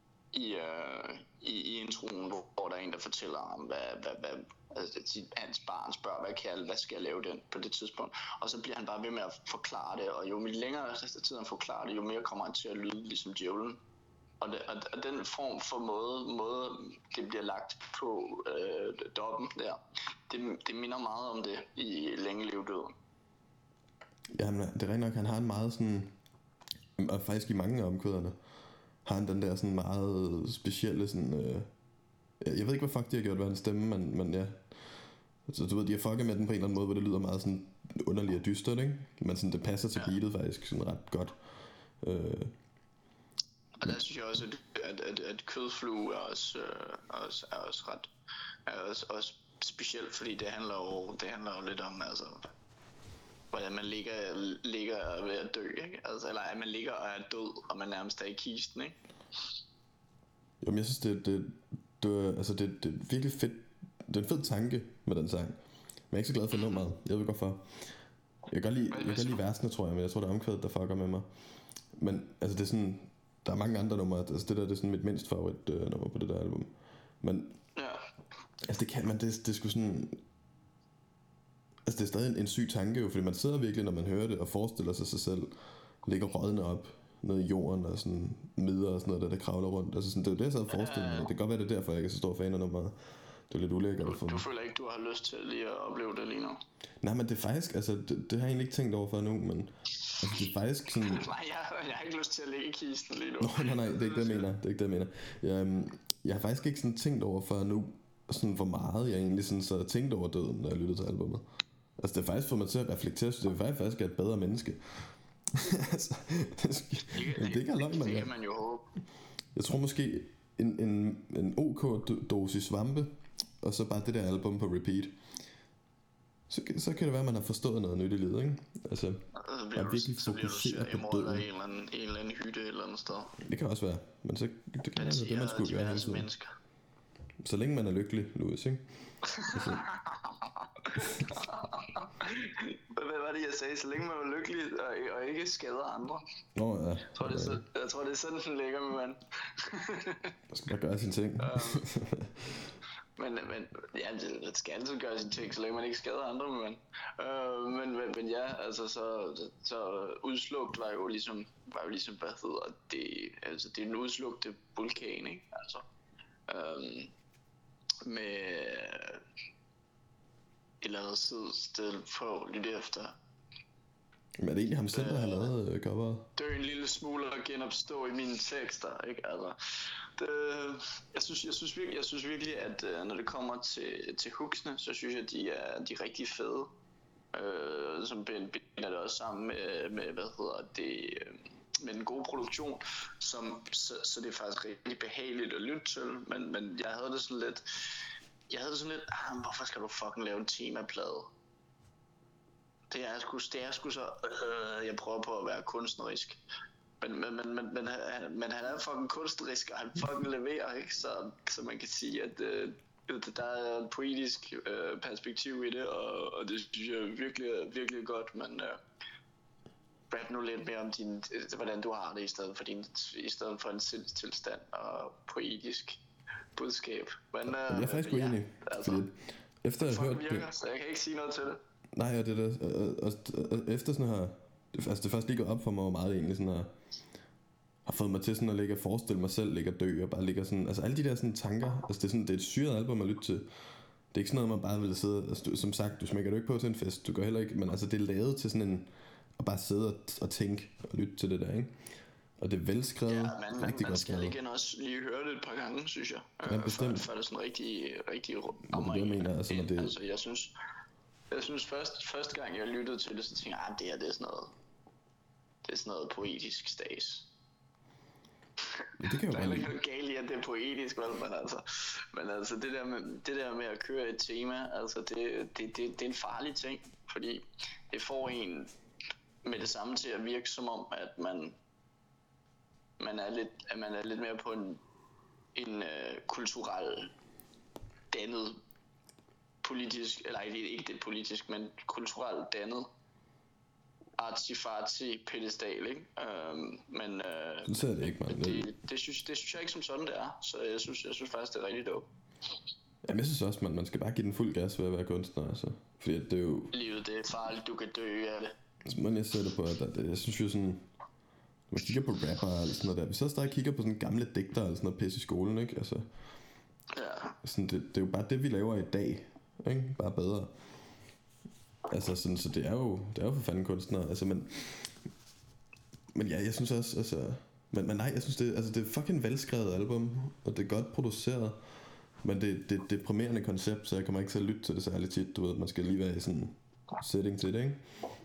[SPEAKER 2] i introen, hvor der er en, der fortæller om, hvad altså, hans barn spørger, hvad skal jeg lave den på det tidspunkt, og så bliver han bare ved med at forklare det, og jo længere tid han forklarer det, jo mere kommer han til at lyde ligesom djævlen. Og den form for måde det bliver lagt på doppen der, det minder meget om det i Længe Leve Døden.
[SPEAKER 1] Jamen, det er rent nok, han har en meget sådan, og faktisk i mange af omkvæderne, har han den der sådan meget specielle sådan, jeg ved ikke, hvad fuck de har gjort ved hans stemme, men ja. Så du ved, de har fucket med den på en eller anden måde, hvor det lyder meget sådan underligt og dystert, ikke? Men sådan, det passer til beatet faktisk sådan ret godt.
[SPEAKER 2] Og der synes jeg også, at Kødflue er også ret, også specielt, fordi det handler jo lidt om, altså, hvordan man ligger ved at dø, ikke? Altså, eller at man ligger og er død, og man nærmest er i kisten, ikke?
[SPEAKER 1] Jamen, jeg synes, det er virkelig fedt. Det er en fed tanke med den sang. Men jeg er ikke så glad for nummeret. Jeg ved godt for. Jeg kan godt lide versene, tror jeg, men jeg tror, det er omkvædet, der fucker med mig. Men altså, det er sådan, der er mange andre numre. Altså, det der, det er sådan mit mindst favorit nummer på det der album. Men,
[SPEAKER 2] ja.
[SPEAKER 1] Altså, det kan man, det er sgu sådan... Altså, det er stadig en syg tanke jo, fordi man sidder virkelig, når man hører det, og forestiller sig selv, ligger rådne op nede i jorden, og sådan midder og sådan noget, der kravler rundt. Altså, sådan, det er jo det, jeg sad og forestiller mig. Det kan godt være, det er derfor, jeg ikke er så stor fan af nummeret. Det er lidt ulækkert for mig.
[SPEAKER 2] Du føler ikke, du har lyst til lige at opleve det lige nu?
[SPEAKER 1] Nej, men det er faktisk, altså, det har jeg egentlig ikke tænkt over for nu, men altså, det er faktisk sådan...
[SPEAKER 2] Nej, jeg har ikke lyst til at ligge i kisten lige nu.
[SPEAKER 1] Nej, det er ikke det, jeg mener. Jeg har faktisk ikke sådan tænkt over for nu, sådan hvor meget jeg egentlig sådan så tænkt over døden, når jeg lyttede til albumet. Altså, det er faktisk for mig til at reflektere, så det er faktisk et bedre menneske. Altså, det ikke er løgn,
[SPEAKER 2] det kan man jo håbe.
[SPEAKER 1] Jeg tror måske en OK dosis svampe, og så bare det der album på repeat. Så kan det være, at man har forstået noget nyt i livet, ikke? Altså, man virkelig fokuserer på døden.
[SPEAKER 2] En eller anden hytte et eller andet sted.
[SPEAKER 1] Det kan også være, men så det kan være det, man skulle gøre hele tiden. Så længe man er lykkelig, Louis, ikke? Altså.
[SPEAKER 2] Hvad var det, jeg sagde? Så længe man er lykkelig og ikke skader andre.
[SPEAKER 1] Nå ja.
[SPEAKER 2] Jeg tror, det er sådan, den ligger med mand.
[SPEAKER 1] Man skal bare gøre sine ting.
[SPEAKER 2] Men ja, det skal altid gøre sine ting, så længe man ikke skader andre, men ja, altså så udslugt var jo ligesom hvad hedder det, altså det er en udslugte vulkan, ikke? Altså med et eller andet sted på lidt efter. Men
[SPEAKER 1] er det egentlig ham selv, der har lavet coveret?
[SPEAKER 2] Dø en lille smule og genopstå i mine tekster, ikke? Altså, jeg synes virkelig, at når det kommer til hooksene, så synes jeg, de er rigtig fede. Som binder det også sammen med hvad hedder det, med en god produktion, så det er faktisk rigtig behageligt at lytte til, men jeg havde det sådan lidt, hvorfor skal du fucking lave en temaplade? Det er sgu så, jeg prøver på at være kunstnerisk, men han er fucking kunstnerisk, og han fucking leverer, ikke? Så man kan sige, at der er et poetisk perspektiv i det, og det synes jeg virkelig, virkelig godt, men rap nu lidt mere om hvordan du har det i stedet for en sindstilstand og poetisk budskab. Men
[SPEAKER 1] jeg er faktisk uenig,
[SPEAKER 2] altså,
[SPEAKER 1] fordi efter jeg har hørt
[SPEAKER 2] virker, så jeg kan ikke sige noget til det.
[SPEAKER 1] Nej, og det der, efter sådan her, altså det først lige gået op for mig, hvor meget det egentlig sådan har fået mig til sådan at ligge og forestille mig selv ligge og dø, og bare ligge sådan, altså alle de der sådan tanker, altså det er et syret album at lytte til. Det er ikke sådan noget, man bare vil sidde, altså, som sagt, du smækker det ikke på til en fest, du gør heller ikke, men altså det er lavet til sådan en, at bare sidde og tænke og lytte til det der, ikke? Og det er velskrevet, rigtig godt skrevet.
[SPEAKER 2] Man skal igen også lige høre det et par gange, synes jeg.
[SPEAKER 1] Ja, bestemt.
[SPEAKER 2] For det sådan rigtig
[SPEAKER 1] rammer ind. Det mener, altså, det...
[SPEAKER 2] Altså, jeg synes første gang jeg lyttede til det, så tænkte jeg, det er sådan noget poetisk stas.
[SPEAKER 1] Ja, det kan jo
[SPEAKER 2] der er ikke noget galt i, at det er poetisk, vel? Men altså det der med at køre et tema, altså det er en farlig ting, fordi det får en med det samme til at virke som om, at man er lidt mere på en kulturel dannet politisk, eller ikke det politisk, men kulturelt dannet artsy-fartsy pedestal, ikke? Men
[SPEAKER 1] det ser det ikke, man.
[SPEAKER 2] Det synes jeg ikke som sådan det er, så jeg synes faktisk det er rigtig dope.
[SPEAKER 1] Jamen jeg synes også, man skal bare give den fuld gas ved at være kunstner, altså. Fordi det er jo...
[SPEAKER 2] Livet det er farligt, du kan dø af det.
[SPEAKER 1] Altså, man jeg ser det på, at jeg synes jo sådan... Når man kigger på rapper og sådan noget der, hvis jeg stadig kigger på sådan gamle digter og sådan noget pisse i skolen, ikke? Altså...
[SPEAKER 2] Ja.
[SPEAKER 1] Sådan, det er jo bare det, vi laver i dag, ikke? Bare bedre. Altså sådan, så det er jo for fanden kunstnere, altså, men ja, jeg synes også, altså, men nej, jeg synes det er fucking velskrevet album, og det er godt produceret, men det er et deprimerende koncept, så jeg kommer ikke til at lytte til det særligt tit, du ved, man skal lige være i sådan en setting til det, ikke?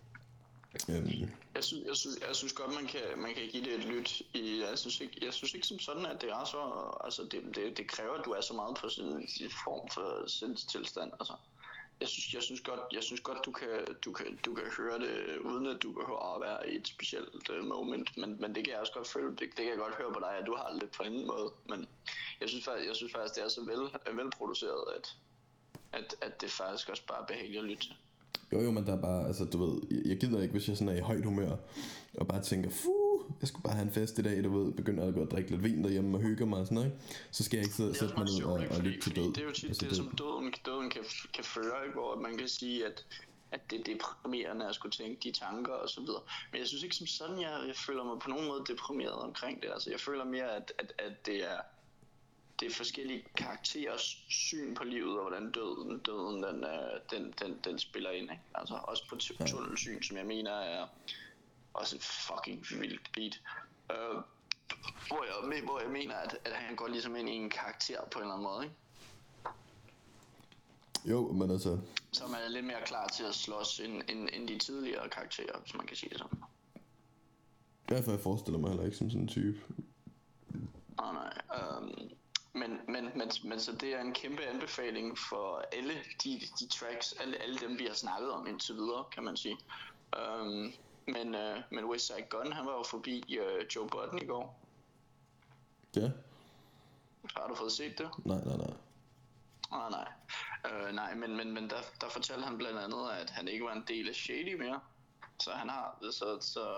[SPEAKER 2] Jeg synes godt man kan give det et lyt i. Jeg synes ikke som sådan at det er så, altså det kræver at du er så meget på sin form for sindstilstand, altså. Jeg synes godt du kan høre det uden at du behøver at være i et specielt moment, men det kan jeg også godt føle, det kan jeg godt høre på dig, at du har det lidt på en anden måde, men jeg synes faktisk det er så velproduceret, at det faktisk også bare er behageligt at lytte til.
[SPEAKER 1] Jo, men der er bare, altså du ved, jeg gider ikke, hvis jeg sådan er i højt humør, og bare tænker, jeg skulle bare have en fest i dag, du ved, begynder at gå og drikke lidt vin derhjemme og hygge mig og sådan noget, så skal jeg ikke sidde og sætte mig ned og lytte til død.
[SPEAKER 2] Det er jo tit altså, det, som døden kan føre, ikke? Hvor man kan sige, at det er deprimerende at skulle tænke de tanker og så videre. Men jeg synes ikke som sådan, jeg føler mig på nogen måde deprimeret omkring det. Altså jeg føler mere, at det er forskellige karakterers syn på livet, og hvordan døden den spiller ind, ikke? Altså også på tunnelsyn, som jeg mener er også et fucking vildt beat. Hvor jeg mener, at han går ligesom ind i en karakter på en eller anden måde, ikke?
[SPEAKER 1] Jo, men altså...
[SPEAKER 2] Så man er lidt mere klar til at slås end de tidligere karakterer, hvis man kan sige det sådan.
[SPEAKER 1] Derfor jeg forestiller mig heller ikke som sådan en type.
[SPEAKER 2] Nej. Men så det er en kæmpe anbefaling for alle de tracks, alle dem vi har snakket om indtil videre, kan man sige. Men Westside Gunn, han var jo forbi Joe Budden i går.
[SPEAKER 1] Ja.
[SPEAKER 2] Har du fået set det?
[SPEAKER 1] Nej.
[SPEAKER 2] Nej, men der fortalte han blandt andet, at han ikke var en del af Shady mere. Så han har så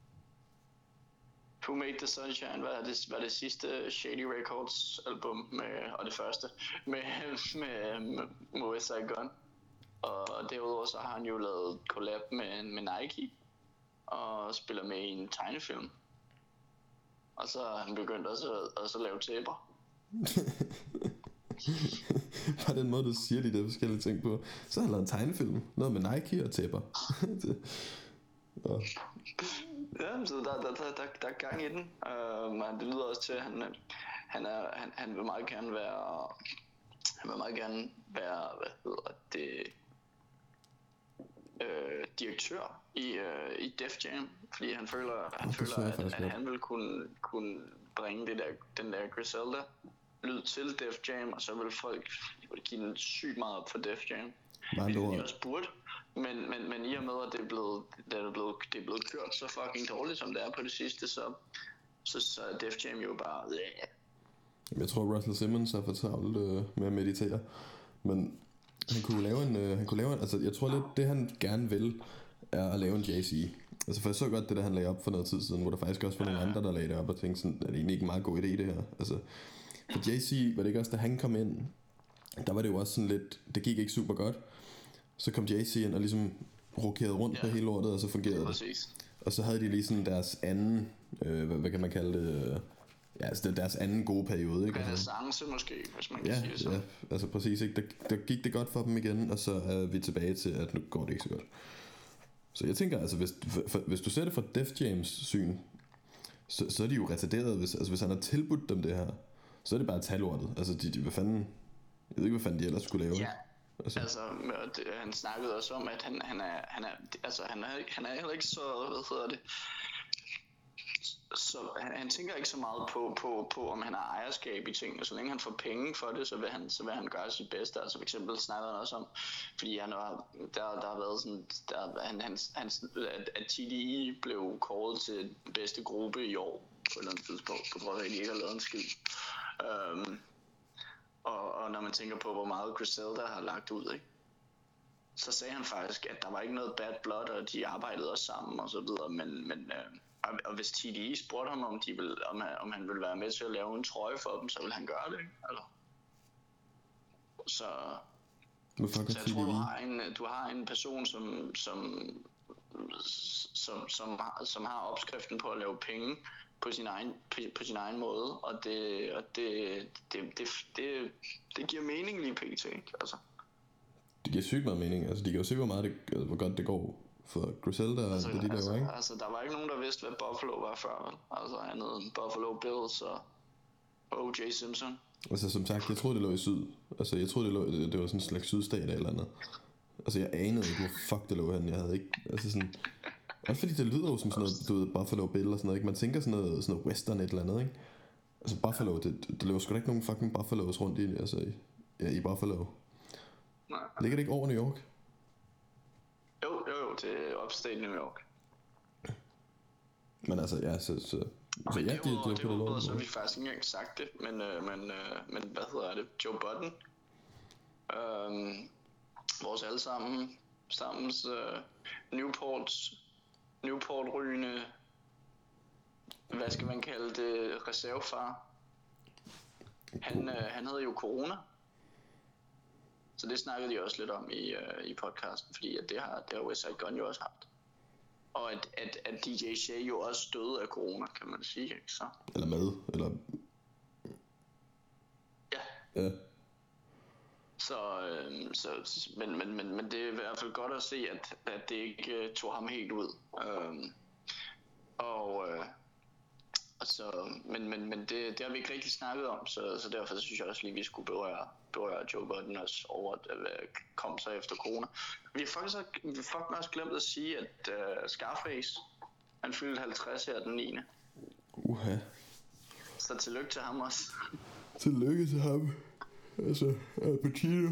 [SPEAKER 2] Who Made the Sunshine var det sidste Shady Records album med, og det første med Westside Gunn. Og derudover så har han jo lavet collab med Nike og spiller med i en tegnefilm. Og så har han begyndt også at lave tæpper.
[SPEAKER 1] Bare den måde du siger de der forskellige ting på. Så har han lavet en tegnefilm, noget med Nike og tæpper.
[SPEAKER 2] Ja, så der er gang i den. Men det lyder også til, at han vil meget gerne være, hvad hedder det, direktør i Def Jam, fordi han føler at han vil kunne bringe den der Griselda lyd til Def Jam, og så vil folk give den sygt meget op for Def Jam. Det de også burde, men i og med at det er blevet kørt så fucking dårligt som det er på det sidste, så er Def Jam jo bare
[SPEAKER 1] Jeg tror Russell Simmons er for travlt med at meditere, men han kunne lave en altså jeg tror lidt det han gerne vil er at lave en Jay-Z. Altså for jeg så godt det der han lagde op for noget tid siden, hvor der faktisk også var nogle andre der lagde det op og tænkte sådan, er det egentlig ikke en meget god idé det her. Altså for Jay-Z var det ikke også da han kom ind, der var det jo også sådan lidt, det gik ikke super godt. Så kom Jay-Z ind og ligesom rokerede rundt på hele lortet, og så fungerede det. Og så havde de lige sådan deres anden, hvad kan man kalde det, ja, altså det deres anden gode periode, ikke?
[SPEAKER 2] Renaissance måske, hvis man kan sige det sådan.
[SPEAKER 1] Ja, altså præcis, ikke? Der gik det godt for dem igen, og så er vi tilbage til, at nu går det ikke så godt. Så jeg tænker, altså hvis du ser det fra Def Jams syn, så er de jo retarderet, hvis han har tilbudt dem det her, så er det bare talortet. Altså hvad fanden, jeg ved ikke, hvad fanden de ellers skulle lave.
[SPEAKER 2] Ja. Altså han snakkede også om, at han er heller ikke så, hvad hedder det, så han tænker ikke så meget på om han har ejerskab i tingene. Så længe han får penge for det, så vil han gøre sit bedste. Altså for eksempel snakker han også om, fordi der har været sådan, at TDE blev kåret til bedste gruppe i år på et eller andet tidspunkt, på grund af at de ikke har lavet en skid. Og når man tænker på, hvor meget Griselda har lagt ud, ikke? Så sagde han faktisk, at der var ikke noget bad blood, og de arbejdede også sammen og så videre, men og hvis TDE spurgte ham, om han ville være med til at lave en trøje for dem, så ville han gøre det, ikke? Altså. Så jeg tror, du har en person, som har opskriften på at lave penge på sin egen måde, og det giver mening lige pt, ikke? Altså.
[SPEAKER 1] Det giver sygt meget mening. Altså de kan jo se, hvor godt det går for Griselda og det de laver, ikke?
[SPEAKER 2] Altså der var ikke nogen, der vidste, hvad Buffalo var før, vel? Altså andet end Buffalo Bills og O.J. Simpson.
[SPEAKER 1] Altså som sagt, jeg troede det lå i syd. Altså jeg troede det var sådan en slags sydstat eller andet. Altså jeg anede ikke, hvor fuck det lå hen. Jeg havde ikke, altså sådan, også fordi det lyder jo som sådan noget, du ved, Buffalo Bill og sådan noget, ikke? Man tænker sådan noget western et eller andet, ikke? Altså Buffalo, det løber sgu da ikke nogen fucking Buffalos rundt i, altså i Buffalo.
[SPEAKER 2] Nej.
[SPEAKER 1] Ligger det ikke over New York?
[SPEAKER 2] Jo, det er upstate New York.
[SPEAKER 1] Men altså, ja, så
[SPEAKER 2] men
[SPEAKER 1] ja,
[SPEAKER 2] det så vi faktisk ikke engang sagt det, men hvad hedder det? Joe Budden. Vores allesammens Newport-rygende, hvad skal man kalde det, reservefar. Han havde jo corona. Så det snakkede de også lidt om i podcasten, fordi at det har Westside Gunn jo også haft. Og at DJ Shay jo også døde af corona, kan man sige, ikke så?
[SPEAKER 1] Eller med, eller... Ja.
[SPEAKER 2] Men det er i hvert fald godt at se, at det ikke tog ham helt ud. Men det har vi ikke rigtig snakket om, så derfor synes jeg også lige, at vi skulle berøre Joe Budden også over at komme sig efter corona. Vi har faktisk også glemt at sige, at Scarface, han fyldte 50 her den 9. Så tillykke til ham også.
[SPEAKER 1] Tillykke til ham. Altså, Al Pacino.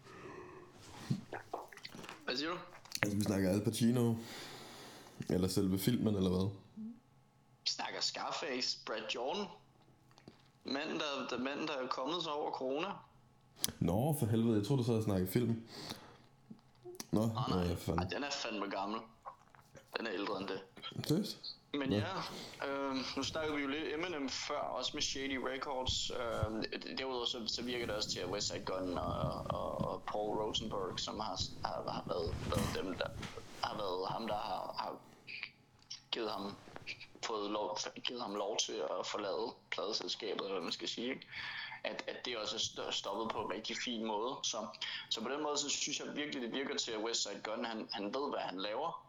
[SPEAKER 2] Hvad siger du?
[SPEAKER 1] Altså, vi snakker Al Pacino. Eller selve filmen, eller hvad?
[SPEAKER 2] Vi snakker Scarface, Brad Jordan. Manden, der er kommet sig over corona.
[SPEAKER 1] Nå, for helvede, jeg tror du så havde snakket film. Nå,
[SPEAKER 2] nej, den er fandme gammel. Den er ældre end det.
[SPEAKER 1] Det?
[SPEAKER 2] Men ja, nu snakkede vi jo lidt Eminem før, også med Shady Records. Derudover så virker det også til, at Westside Gunn og Paul Rosenberg, som har været dem, der har været ham, der har givet ham lov til at forlade pladeselskabet, eller hvad man skal sige, ikke? At det også er stoppet på en rigtig fin måde. Så på den måde, så synes jeg virkelig, det virker til, at Westside Gunn, han ved, hvad han laver.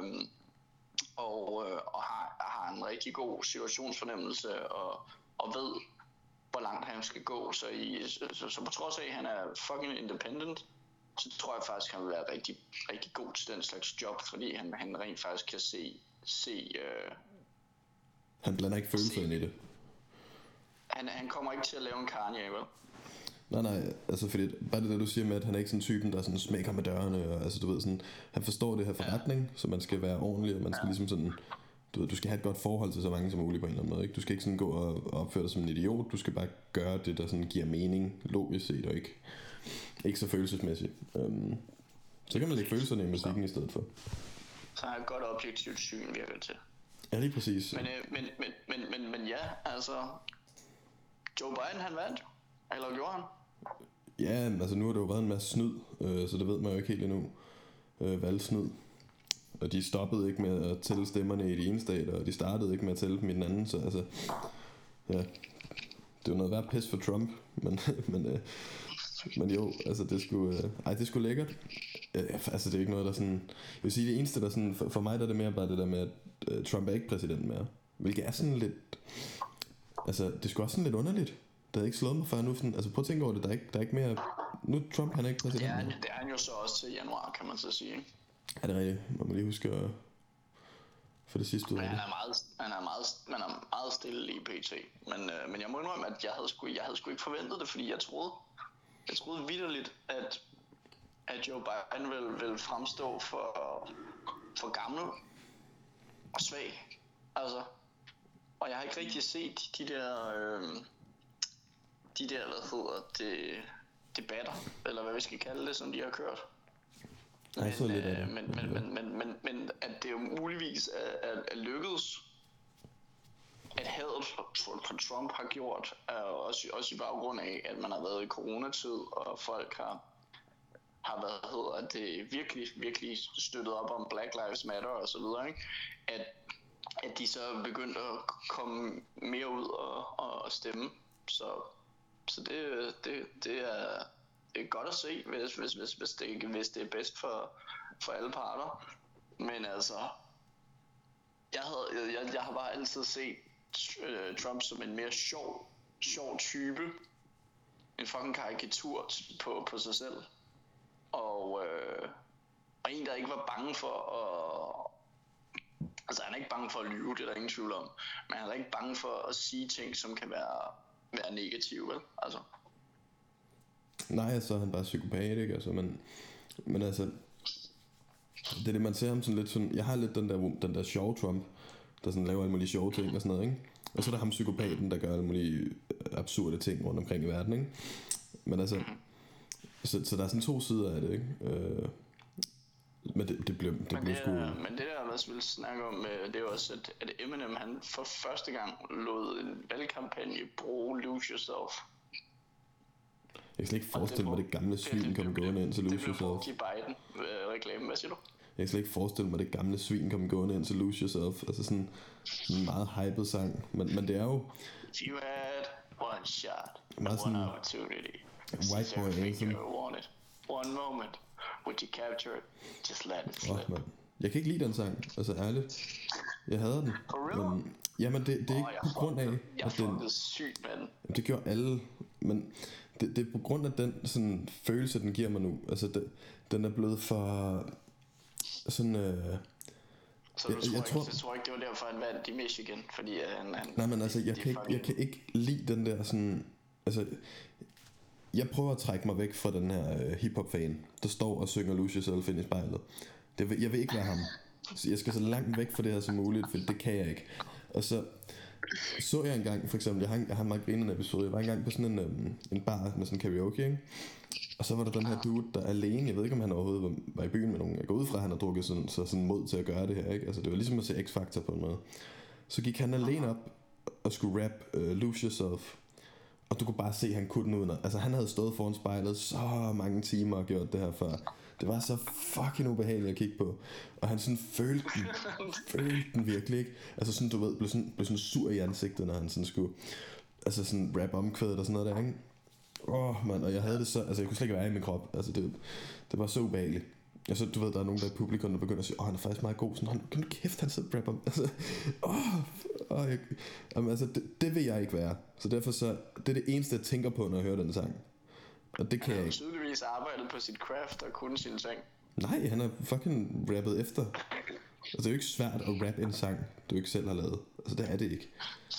[SPEAKER 2] Og har en rigtig god situationsfornemmelse og ved, hvor langt han skal gå. Så på trods af, at han er fucking independent, så tror jeg faktisk, han vil være rigtig, rigtig god til den slags job, fordi han rent faktisk kan se
[SPEAKER 1] han blander ikke følelser ind i det.
[SPEAKER 2] Han kommer ikke til at lave en Kanye, vel?
[SPEAKER 1] Nej, altså fordi bare det der du siger med, at han er ikke sådan typen, der sådan smækker med dørene, og altså du ved sådan, han forstår det her forretning, så man skal være ordentlig, og man skal ligesom sådan, du skal have et godt forhold til så mange som muligt på en eller anden måde, ikke? Du skal ikke sådan gå og opføre dig som en idiot, du skal bare gøre det, der sådan giver mening, logisk set, og ikke så følelsesmæssigt. Så kan man lægge følelserne i musikken i stedet for.
[SPEAKER 2] Så har jeg et godt objektivt syn, virker til.
[SPEAKER 1] Ja, lige præcis.
[SPEAKER 2] Men ja, altså, Joe Biden han vandt, eller gjorde han?
[SPEAKER 1] Ja, altså nu har der jo været en masse snyd, så det ved man jo ikke helt endnu. Valgsnyd. Og de stoppede ikke med at tælle stemmerne i de ene stater, og de startede ikke med at tælle dem i den anden, så altså, ja, det var noget værd pis for Trump, men jo, altså det skulle lækkert. Altså det er ikke noget der sådan, jeg vil sige det eneste der sådan, for mig der er det mere bare det der med at Trump er ikke præsident mere, hvilket er sådan lidt, altså det skulle også sådan lidt underligt. Det havde ikke slået mig før nu, sådan, altså prøv at tænke over det, der er ikke mere, nu Trump han er ikke præsident mere.
[SPEAKER 2] Det er han jo så også til januar, kan man så sige, ikke?
[SPEAKER 1] Er det rigtigt? Man må lige huske at for det sidste ud af det.
[SPEAKER 2] Han er meget stille i PT, men jeg må indrømme, at jeg havde sgu ikke forventet det, fordi jeg troede vitterligt, at Joe Biden ville fremstå for gammel og svag, altså, og jeg har ikke rigtig set de der hvad hedder det, debatter, eller hvad vi skal kalde det, som de har kørt. Men at det jo muligvis er lykkedes, at hadet for Trump har gjort, også i baggrund af, at man har været i coronatid, og folk har været, det virkelig støttet op om Black Lives Matter og så videre, ikke? At de så er begyndt at komme mere ud og stemme. Så det er godt at se, hvis det er bedst for alle parter. Men altså, jeg har bare altid set Trump som en mere sjov type, en fucking karikatur på sig selv, og en der ikke var bange for at, altså han er ikke bange for at lyve, det er der ingen tvivl om, men han er ikke bange for at sige ting, som kan være negative, vel? Altså.
[SPEAKER 1] Nej, altså han er bare psykopat, ikke? Altså, men altså, det er det man ser ham sådan lidt sådan, jeg har lidt den der sjove Trump, der sådan laver alle mulige sjove ting og sådan noget, ikke? Og så er der ham psykopaten, der gør alle mulige absurde ting rundt omkring i verden, ikke? Men altså, så der er sådan to sider af det, ikke? Men det blev sgu...
[SPEAKER 2] Men det der, hvad vi vil snakke om, det er jo også, at Eminem, han for første gang lod en valgkampagne bruge Lose Yourself.
[SPEAKER 1] Jeg kan slet ikke forestille mig, det gamle svin kom gående ind til Lose Yourself. Det
[SPEAKER 2] blev Biden-reklame, hvad siger du?
[SPEAKER 1] Jeg kan slet ikke forestille mig, det gamle svin kom gående ind til Lose Yourself. Altså sådan en meget hyped sang. Men det er jo...
[SPEAKER 2] If you had one shot,
[SPEAKER 1] one
[SPEAKER 2] opportunity,
[SPEAKER 1] white boy anthem.
[SPEAKER 2] One moment, would you capture it? Just let it slip.
[SPEAKER 1] Jeg kan ikke lide den sang, altså ærligt. Jeg hader den.
[SPEAKER 2] For real?
[SPEAKER 1] Jamen det er ikke på grund af,
[SPEAKER 2] at den... sygt, man.
[SPEAKER 1] Det gjorde alle, men det er på grund af den sådan følelse, den giver mig nu. Altså den er blevet for sådan...
[SPEAKER 2] Så du tror ikke, det var derfor, han vandt i Michigan, fordi han...
[SPEAKER 1] Nej, men altså, jeg kan ikke lide den der sådan... Altså, jeg prøver at trække mig væk fra den her hiphop-fan, der står og synger Lose Yourself ind i spejlet. Jeg vil ikke være ham. Så jeg skal så langt væk fra det her som muligt, for det kan jeg ikke. Og så jeg engang, for eksempel, jeg har en meget grinende episode. Jeg var engang på sådan en bar med sådan karaoke, ikke? Og så var der den her dude, der alene, jeg ved ikke om han overhovedet var i byen med nogen. Jeg går ud fra, at han har drukket sådan mod til at gøre det her, ikke? Altså det var ligesom at se X-Factor på en måde. Så gik han alene op og skulle rap Lose Yourself. Og du kunne bare se, at han kunne den uden. Altså han havde stået foran spejlet så mange timer og gjort det her før. Det var så fucking ubehageligt at kigge på. Og han sådan følte den virkelig, ikke? Altså sådan, du ved, blev sådan sur i ansigtet, når han sådan skulle, altså sådan rap omkvædet og sådan noget der, ikke? Mand, og jeg havde det så, altså jeg kunne slet ikke være i min krop. Altså det var så ubehageligt. Og så, du ved, der er nogen der i publikum, der begynder at sige, han er faktisk meget god. Sådan, kan du kæft, han sidder og rapper. Altså, altså det vil jeg ikke være. Så derfor så, det er det eneste, jeg tænker på, når jeg hører den sang. Og det kan jeg ikke.
[SPEAKER 2] Han har tydeligvis arbejdet på sit craft og kunne sin sang.
[SPEAKER 1] Nej, han har fucking rappet efter. Altså det er jo ikke svært at rappe en sang, du ikke selv har lavet. Altså det er det ikke.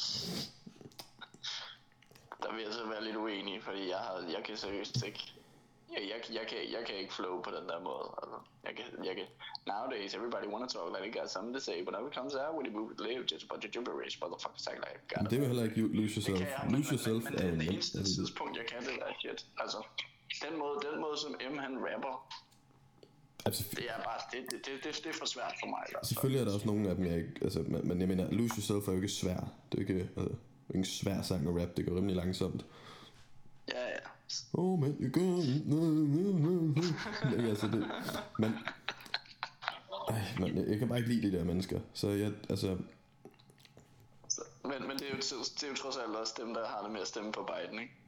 [SPEAKER 2] Der vil jeg så være lidt uenig, fordi jeg kan seriøst ikke. Jeg kan ikke flow på den der måde. Altså, jeg kan. Nowadays, everybody wanna talk like they got something to say, but when it comes out, when you move it live, just a bunch of gibberish, motherfuckers act like God.
[SPEAKER 1] Det er jo heller ikke Lose Yourself. Lose Yourself
[SPEAKER 2] er jo det eneste tidspunkt, jeg kan det der shit. Altså, den måde som M han rapper.
[SPEAKER 1] Altså,
[SPEAKER 2] det er bare, det er for svært for mig. Altså.
[SPEAKER 1] Selvfølgelig er der også nogle af dem, jeg ikke, altså, men jeg mener, Lose Yourself er jo ikke svær. Det er jo ikke, en svær sang at rap, det går rimelig langsomt.
[SPEAKER 2] Ja.
[SPEAKER 1] Oh man, you go. Altså det, men jeg kan bare ikke lide de der mennesker. Så jeg, altså.
[SPEAKER 2] Men det er jo trods alt også dem, der har det med at stemme på Biden, ikke?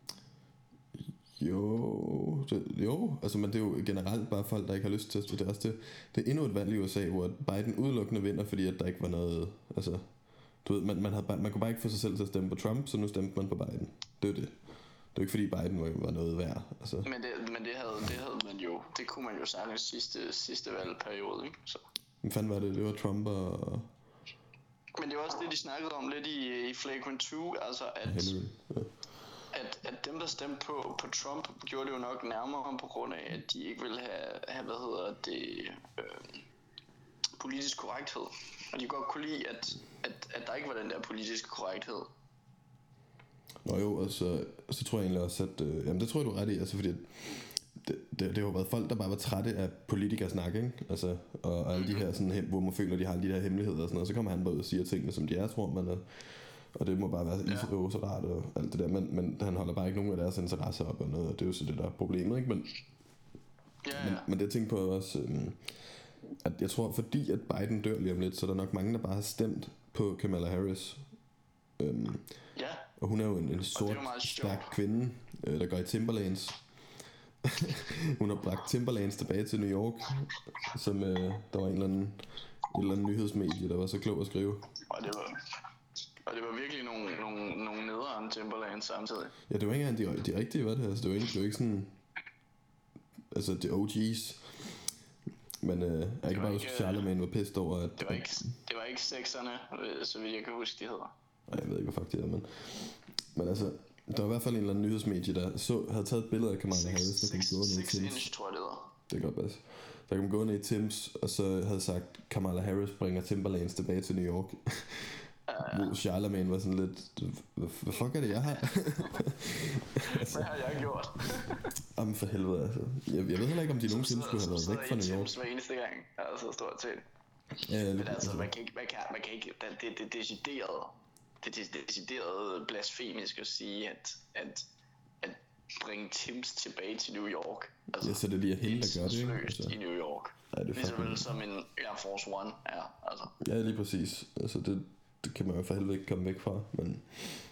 [SPEAKER 1] Jo, altså, men det er jo generelt bare folk, der ikke har lyst til at stemme. Det er endnu et valg i USA, hvor Biden udelukkende vinder, fordi at der ikke var noget, altså, du ved, man kunne bare ikke få sig selv til at stemme på Trump, så nu stemte man på Biden. Det er det. Det er ikke fordi Biden var noget værd, altså.
[SPEAKER 2] Men det havde man jo, det kunne man jo sagtens sidste valgperiode, ikke? Så.
[SPEAKER 1] Hvad fanden var det? Det var Trump og...
[SPEAKER 2] Men det var også det, de snakkede om lidt i Flagrant 2, altså at dem, der stemte på Trump, gjorde det jo nok nærmere på grund af, at de ikke ville have politisk korrekthed. Og de godt kunne lide, at der ikke var den der politiske korrekthed.
[SPEAKER 1] Nå jo, altså, så tror jeg egentlig også, at... jamen, det tror jeg, du er ret i, altså, fordi det har jo været folk, der bare var trætte af politikersnak, ikke? Altså, og alle de her, sådan, hvor man føler, de har de der hemmeligheder og sådan noget, så kommer han bare ud og siger tingene, som de er, tror man, og det må bare være så rart og alt det der, men han holder bare ikke nogen af deres interesser op og noget, og det er jo så det, der er problemet, ikke? Men det jeg tænkte på også, at jeg tror, fordi at Biden dør lige om lidt, så er der nok mange, der bare har stemt på Kamala Harris. Og hun er jo en sort, stærk kvinde, der går i Timberlands. Hun har bragt Timberlands tilbage til New York, som der var et eller andet nyhedsmedie, der var så klog at skrive.
[SPEAKER 2] Og det var virkelig nogle nederen Timberlands samtidig.
[SPEAKER 1] Ja, det var ikke engang de rigtige, var det? Altså, det var ikke sådan... Altså, de OG's. Men jeg kan bare huske, at Charlemagne var pissed over, at...
[SPEAKER 2] Det var ikke sexerne, så vidt jeg kan huske, de hedder.
[SPEAKER 1] Nej, jeg ved ikke, hvad fuck de er, men altså... Der var i hvert fald en eller anden nyhedsmedie, der havde taget et billede af Kamala Harris, der kom gående i Tims.
[SPEAKER 2] Tror jeg, det var.
[SPEAKER 1] Det kan godt passe. Der kom gående i Tims, og så havde sagt, Kamala Harris bringer Timberlands tilbage til New York. Hvor Charlemagne var sådan lidt, hvad fuck er det, jeg har?
[SPEAKER 2] Altså, hvad har jeg gjort?
[SPEAKER 1] Jamen for helvede, altså. Jeg ved heller ikke, om de nogensinde skulle have været væk fra New York.
[SPEAKER 2] Så hver eneste gang, altså stort set.
[SPEAKER 1] Ja,
[SPEAKER 2] men altså, man kan ikke, det er decideret blasfemisk at sige, at bringe Tims tilbage til New York. Altså,
[SPEAKER 1] ja, så det er lige hende, der gør det, ikke? Altså.
[SPEAKER 2] I New York. Ja, det ligesom vel som en Air Force One er, altså. Ja,
[SPEAKER 1] lige præcis. Altså, det kan man jo for helvede ikke komme væk fra, men...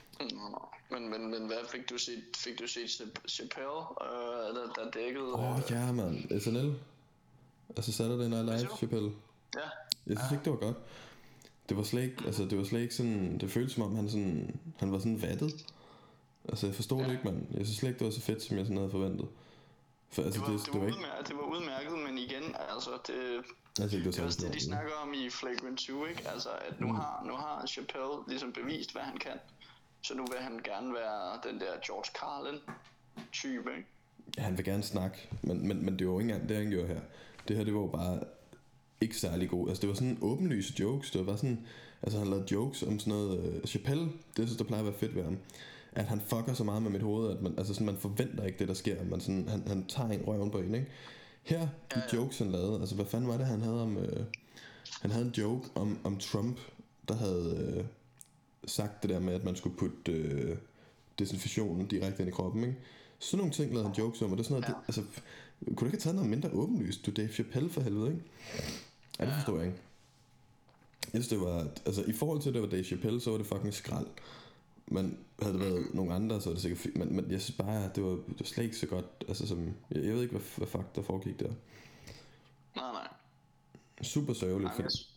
[SPEAKER 2] Men hvad fik du set Chappelle, der dækkede...
[SPEAKER 1] ja, man. SNL. Altså Saturday Night Live, Chappelle.
[SPEAKER 2] Ja.
[SPEAKER 1] Jeg synes ikke, det var godt. Det var slet ikke sådan, det føltes som om han var sådan vattet. Altså jeg forstod det ikke, mand. Jeg synes slet ikke, det var så fedt, som jeg sådan havde forventet. For, altså,
[SPEAKER 2] det var udmærket, men igen, altså det er også det, de snakker om i Flagrant 2, ikke? Altså at nu har Chappelle ligesom bevist, hvad han kan. Så nu vil han gerne være den der George Carlin type, ikke?
[SPEAKER 1] Ja, han vil gerne snakke, men det var jo ikke engang det, han gjorde her. Det her, det var jo bare ikke særlig god. Altså det var sådan åbenlyse jokes. Det var bare sådan, altså han lavede jokes om sådan noget Chappelle, det synes der plejer at være fedt ved ham, at han fucker så meget med mit hoved, at man forventer ikke det, der sker. Man sådan, han tager en røven på en, ikke? Her, de jokes han lavede, altså hvad fanden var det, han havde om... han havde en joke om Trump, der havde sagt det der med, at man skulle putte desinfektionen direkte ind i kroppen, ikke? Sådan nogle ting lavede han jokes om, og det er sådan noget, altså... Kunne du ikke have taget noget mindre åbenlyst? Du Dave Chappelle for helvede, ikke? Ja, det forstår jeg ikke. Jeg synes, det var... Altså, i forhold til, at det var Dave Chappelle, så var det fucking skrald. Men havde det været nogle andre, så var det sikkert fint. Men jeg synes bare, det var slet ikke så godt. Altså, som... Jeg ved ikke, hvad fuck der foregik der.
[SPEAKER 2] Nej.
[SPEAKER 1] Super sørgeligt.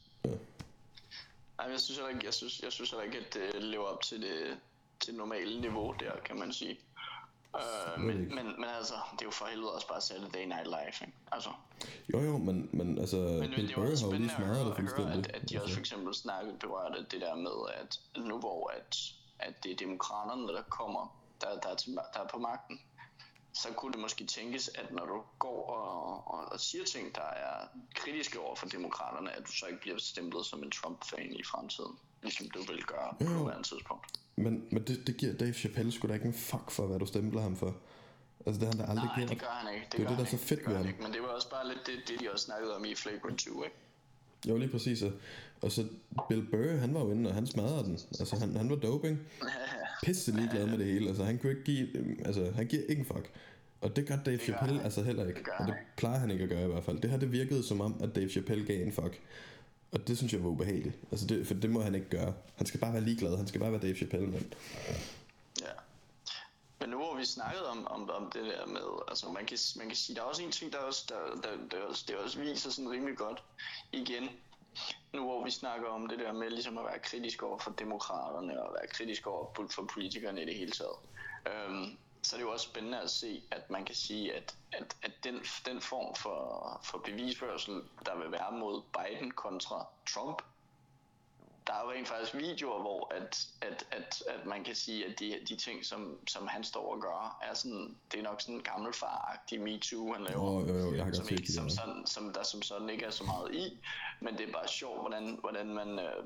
[SPEAKER 2] Jeg synes heller ikke, at det lever op til det normale niveau der, kan man sige. Men altså, det er jo for helvede også bare Saturday Night Live, ikke? Altså.
[SPEAKER 1] Jo, men altså, Bill Burr har jo lige smadret det fuldstændig.
[SPEAKER 2] At de også for eksempel berørte det der med, at nu hvor at det er demokraterne, der kommer, der er på magten, så kunne det måske tænkes, at når du går og siger ting, der er kritiske over for demokraterne, at du så ikke bliver stemplet som en Trump-fan i fremtiden, ligesom du vil gøre på et andet tidspunkt.
[SPEAKER 1] Men det giver Dave Chappelle sgu da ikke en fuck for, hvad du stempler ham for. Altså det har han da aldrig gjort.
[SPEAKER 2] Nej, det gør han ikke.
[SPEAKER 1] Det er det, der er så fedt ved ham.
[SPEAKER 2] Men det var også bare lidt det de også snakkede om i Flagrant 2, ikke?
[SPEAKER 1] Jo, lige præcis. Og så Bill Burr, han var jo inde, og han smadrede den. Altså han var doping. Pisse ligeglad med det hele. Altså han kunne ikke give, altså han giver ikke en fuck. Og det gør Dave Chappelle altså heller ikke. Og det plejer han ikke at gøre i hvert fald. Det har det virkede som om, at Dave Chappelle gav en fuck. Og det synes jeg var ubehageligt. Altså for det må han ikke gøre. Han skal bare være ligeglad. Han skal bare være Dave Chappelle, mand.
[SPEAKER 2] Ja. Men nu hvor vi snakkede om det der med, altså man kan sige, der er også en ting, der også viser sådan rimelig godt igen. Nu hvor vi snakker om det der med ligesom at være kritisk over for demokraterne og være kritisk over for politikerne i det hele taget. Så er det jo også spændende at se, at man kan sige, at den form for bevisførsel, der vil være mod Biden kontra Trump, der er jo rent faktisk videoer, hvor at man kan sige, at de ting, som han står og gør, er sådan, det er nok sådan en gammelfar-agtig MeToo, han laver,
[SPEAKER 1] jeg har
[SPEAKER 2] som, ikke, som sådan ikke er så meget i, men det er bare sjovt, hvordan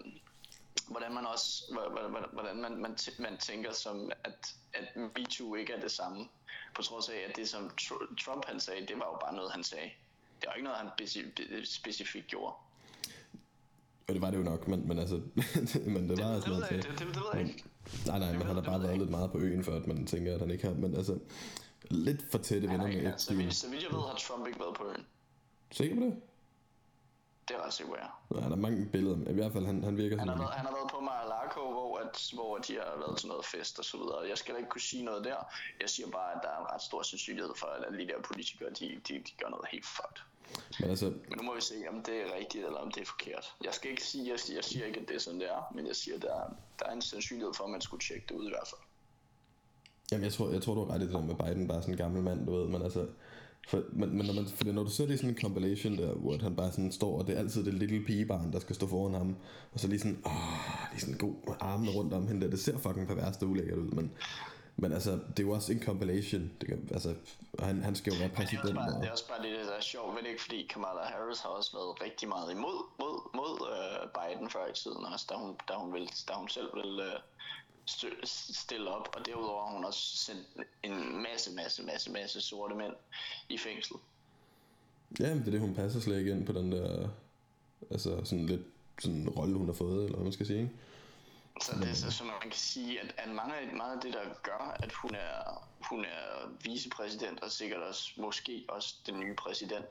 [SPEAKER 2] man tænker som, at MeToo ikke er det samme, på trods af, at det som Trump han sagde, det var jo bare noget, han sagde. Det var ikke noget, han specifikt gjorde.
[SPEAKER 1] Og det var det jo nok, men altså, men det var altså noget til.
[SPEAKER 2] Det ved jeg ikke.
[SPEAKER 1] Nej, men han har bare været lidt meget på øen, før at man tænker, at han ikke har, men altså, lidt for tætte venner med Epstein.
[SPEAKER 2] Så vidt jeg ved, har Trump ikke været på øen.
[SPEAKER 1] Sikker på det?
[SPEAKER 2] Det er ret sikkert, ja.
[SPEAKER 1] Nej, der er mange billeder, i hvert fald, han virker sådan.
[SPEAKER 2] Han har været på Mar-a-Lago, hvor de har været til noget fest og så videre. Jeg skal da ikke kunne sige noget der. Jeg siger bare, at der er en ret stor sandsynlighed for, at alle de der politikere, de gør noget helt fucked. Men nu må vi se, om det er rigtigt, eller om det er forkert. Jeg skal ikke sige, jeg siger ikke, at det er sådan, det er, men jeg siger, at der er en sandsynlighed for, at man skulle tjekke det ud i hvert fald.
[SPEAKER 1] Jamen, jeg tror du er ret i det der med Biden, bare sådan en gammel mand, du ved, men altså, men når du ser det i sådan en compilation der, hvor han bare sådan står, og det er altid det lille pigebarn, der skal stå foran ham, og så lige sådan god med armene rundt om hende der, det ser fucking perverst og ulækkert ud, men altså, det er jo også en compilation. Altså, han skal jo være præsident.
[SPEAKER 2] Det er også bare det, der er sjovt, vel ikke? Fordi Kamala Harris har også været rigtig meget mod Biden før i tiden, også da hun selv ville stille op. Og derudover har hun også sendt en masse sorte mænd i fængsel.
[SPEAKER 1] Ja, det er det, hun passer slet ikke ind på den der, altså sådan lidt sådan en rolle, hun har fået, eller hvad man skal sige, ikke?
[SPEAKER 2] Så det er så man kan sige, at meget af det, der gør, at hun er vicepræsident, og sikkert også, måske også den nye præsident,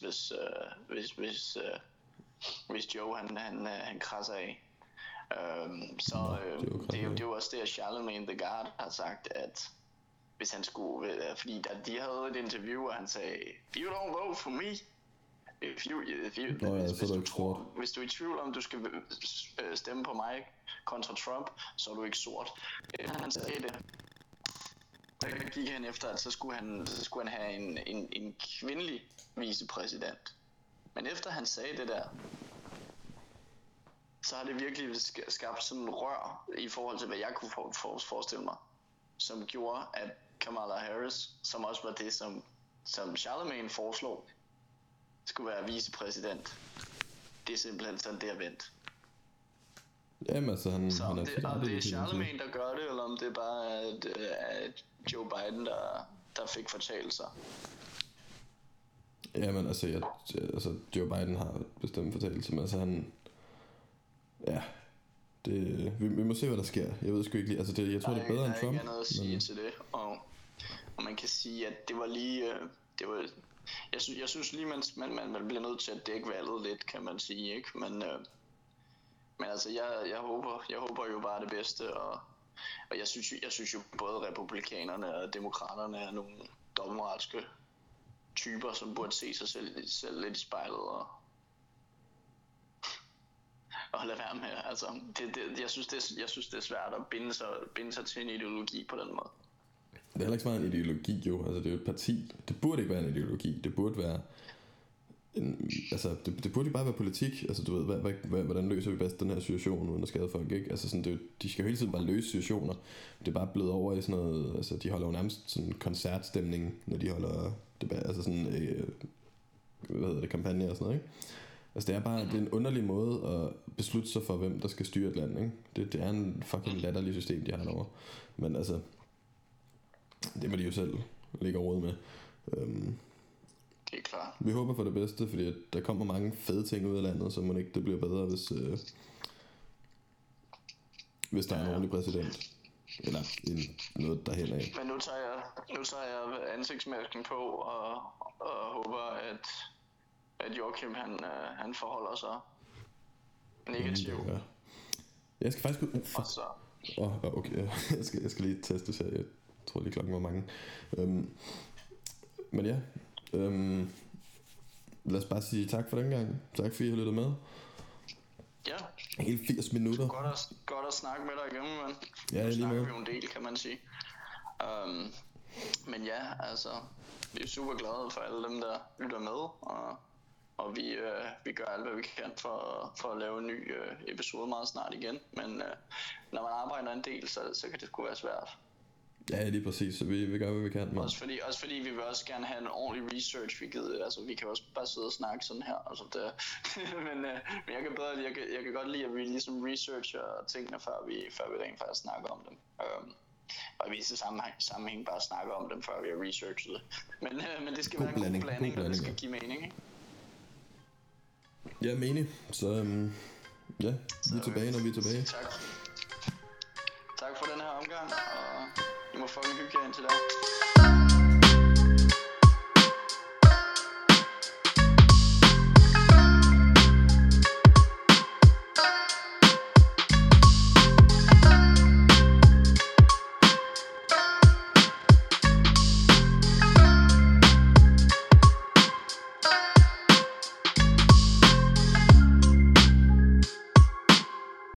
[SPEAKER 2] hvis Joe han krasser af. Det er jo også det, at Charlemagne the God har sagt, at hvis han skulle, fordi de havde et interview, og han sagde, you don't vote for me. Hvis du er i tvivl om, du skal stemme på mig kontra Trump, så er du ikke sort. Han sagde det. Så gik han efter, at så skulle han have en kvindelig vicepræsident. Men efter han sagde det der, så har det virkelig skabt sådan en rør i forhold til, hvad jeg kunne forestille mig, som gjorde, at Kamala Harris, som også var det, som Charlemagne foreslog, skulle være vicepræsident. Det er simpelthen sådan, det er vendt.
[SPEAKER 1] Jamen altså, han er
[SPEAKER 2] om det er Charlemagne, der gør det, eller om det er bare at Joe Biden, der fik fortalelser.
[SPEAKER 1] Jamen altså, Joe Biden har bestemt fortalelser, men altså han... Ja, vi må se, hvad der sker. Jeg ved sgu ikke lige, altså jeg tror, det er bedre end Trump.
[SPEAKER 2] Der er ikke noget at sige til det, og man kan sige, at det var lige... Jeg synes lige, man bliver nødt til at dække valget lidt, kan man sige, ikke? Men altså, jeg håber jo bare det bedste, og jeg synes jo både republikanerne og demokraterne er nogle dobbeltmoralske typer, som burde se sig selv lidt i spejlet og lade være med. Altså, jeg synes det er svært at binde sig til en ideologi på den måde.
[SPEAKER 1] Det er heller ikke så meget en ideologi, jo. Altså, det er jo et parti. Det burde ikke være en ideologi. Det burde være det burde jo bare være politik. Altså, du ved, hvordan løser vi bedst den her situation, uden at skade folk, ikke? Altså, sådan, de skal jo hele tiden bare løse situationer. Det er bare blevet over i sådan noget... Altså, de holder jo nærmest sådan koncertstemning, når de holder debat, altså sådan... kampagne og sådan noget, ikke? Altså, det er en underlig måde at beslutte sig for, hvem der skal styre et land, ikke? Det er en fucking latterlig system, de har derovre. Men altså... Det må de jo selv ligge og rode med.
[SPEAKER 2] Det er klart.
[SPEAKER 1] Vi håber for det bedste, fordi at der kommer mange fede ting ud af landet, så må ikke det bliver bedre, hvis der er en ordentlig præsident. Eller noget derhen af.
[SPEAKER 2] Men nu tager jeg ansigtsmasken på og håber, at Joachim han forholder sig negativt.
[SPEAKER 1] Ja. Jeg skal faktisk okay. Jeg skal lige teste så jeg tror lige klokken var mange. Men ja. Lad os bare sige tak for den gang. Tak fordi I har lyttet med.
[SPEAKER 2] Ja.
[SPEAKER 1] Hele 80 minutter.
[SPEAKER 2] Godt at snakke med dig igen, mand.
[SPEAKER 1] Ja,
[SPEAKER 2] nu
[SPEAKER 1] lige
[SPEAKER 2] snakker
[SPEAKER 1] med.
[SPEAKER 2] vi jo en del, kan man sige. Men ja, altså, vi er super glade for alle dem, der lytter med, og vi gør alt, hvad vi kan for at lave en ny episode meget snart igen. Men når man arbejder en del, så kan det sgu være svært.
[SPEAKER 1] Ja, lige præcis, så vi gør, hvad vi kan.
[SPEAKER 2] Også fordi vi vil også gerne have en ordentlig research, vi kan også bare sidde og snakke sådan her, altså det, men jeg kan godt lide, at vi ligesom researcher tingene, før vi rent faktisk snakker om dem. Og vi i sammenhæng bare snakker om dem, før vi har researchet det. Men det skal være en god blanding, og det skal give mening, ikke?
[SPEAKER 1] Ja, mening. Så ja, vi er tilbage, når vi er tilbage.
[SPEAKER 2] Tak for den her omgang, og I må fucking hygge jer indtil da.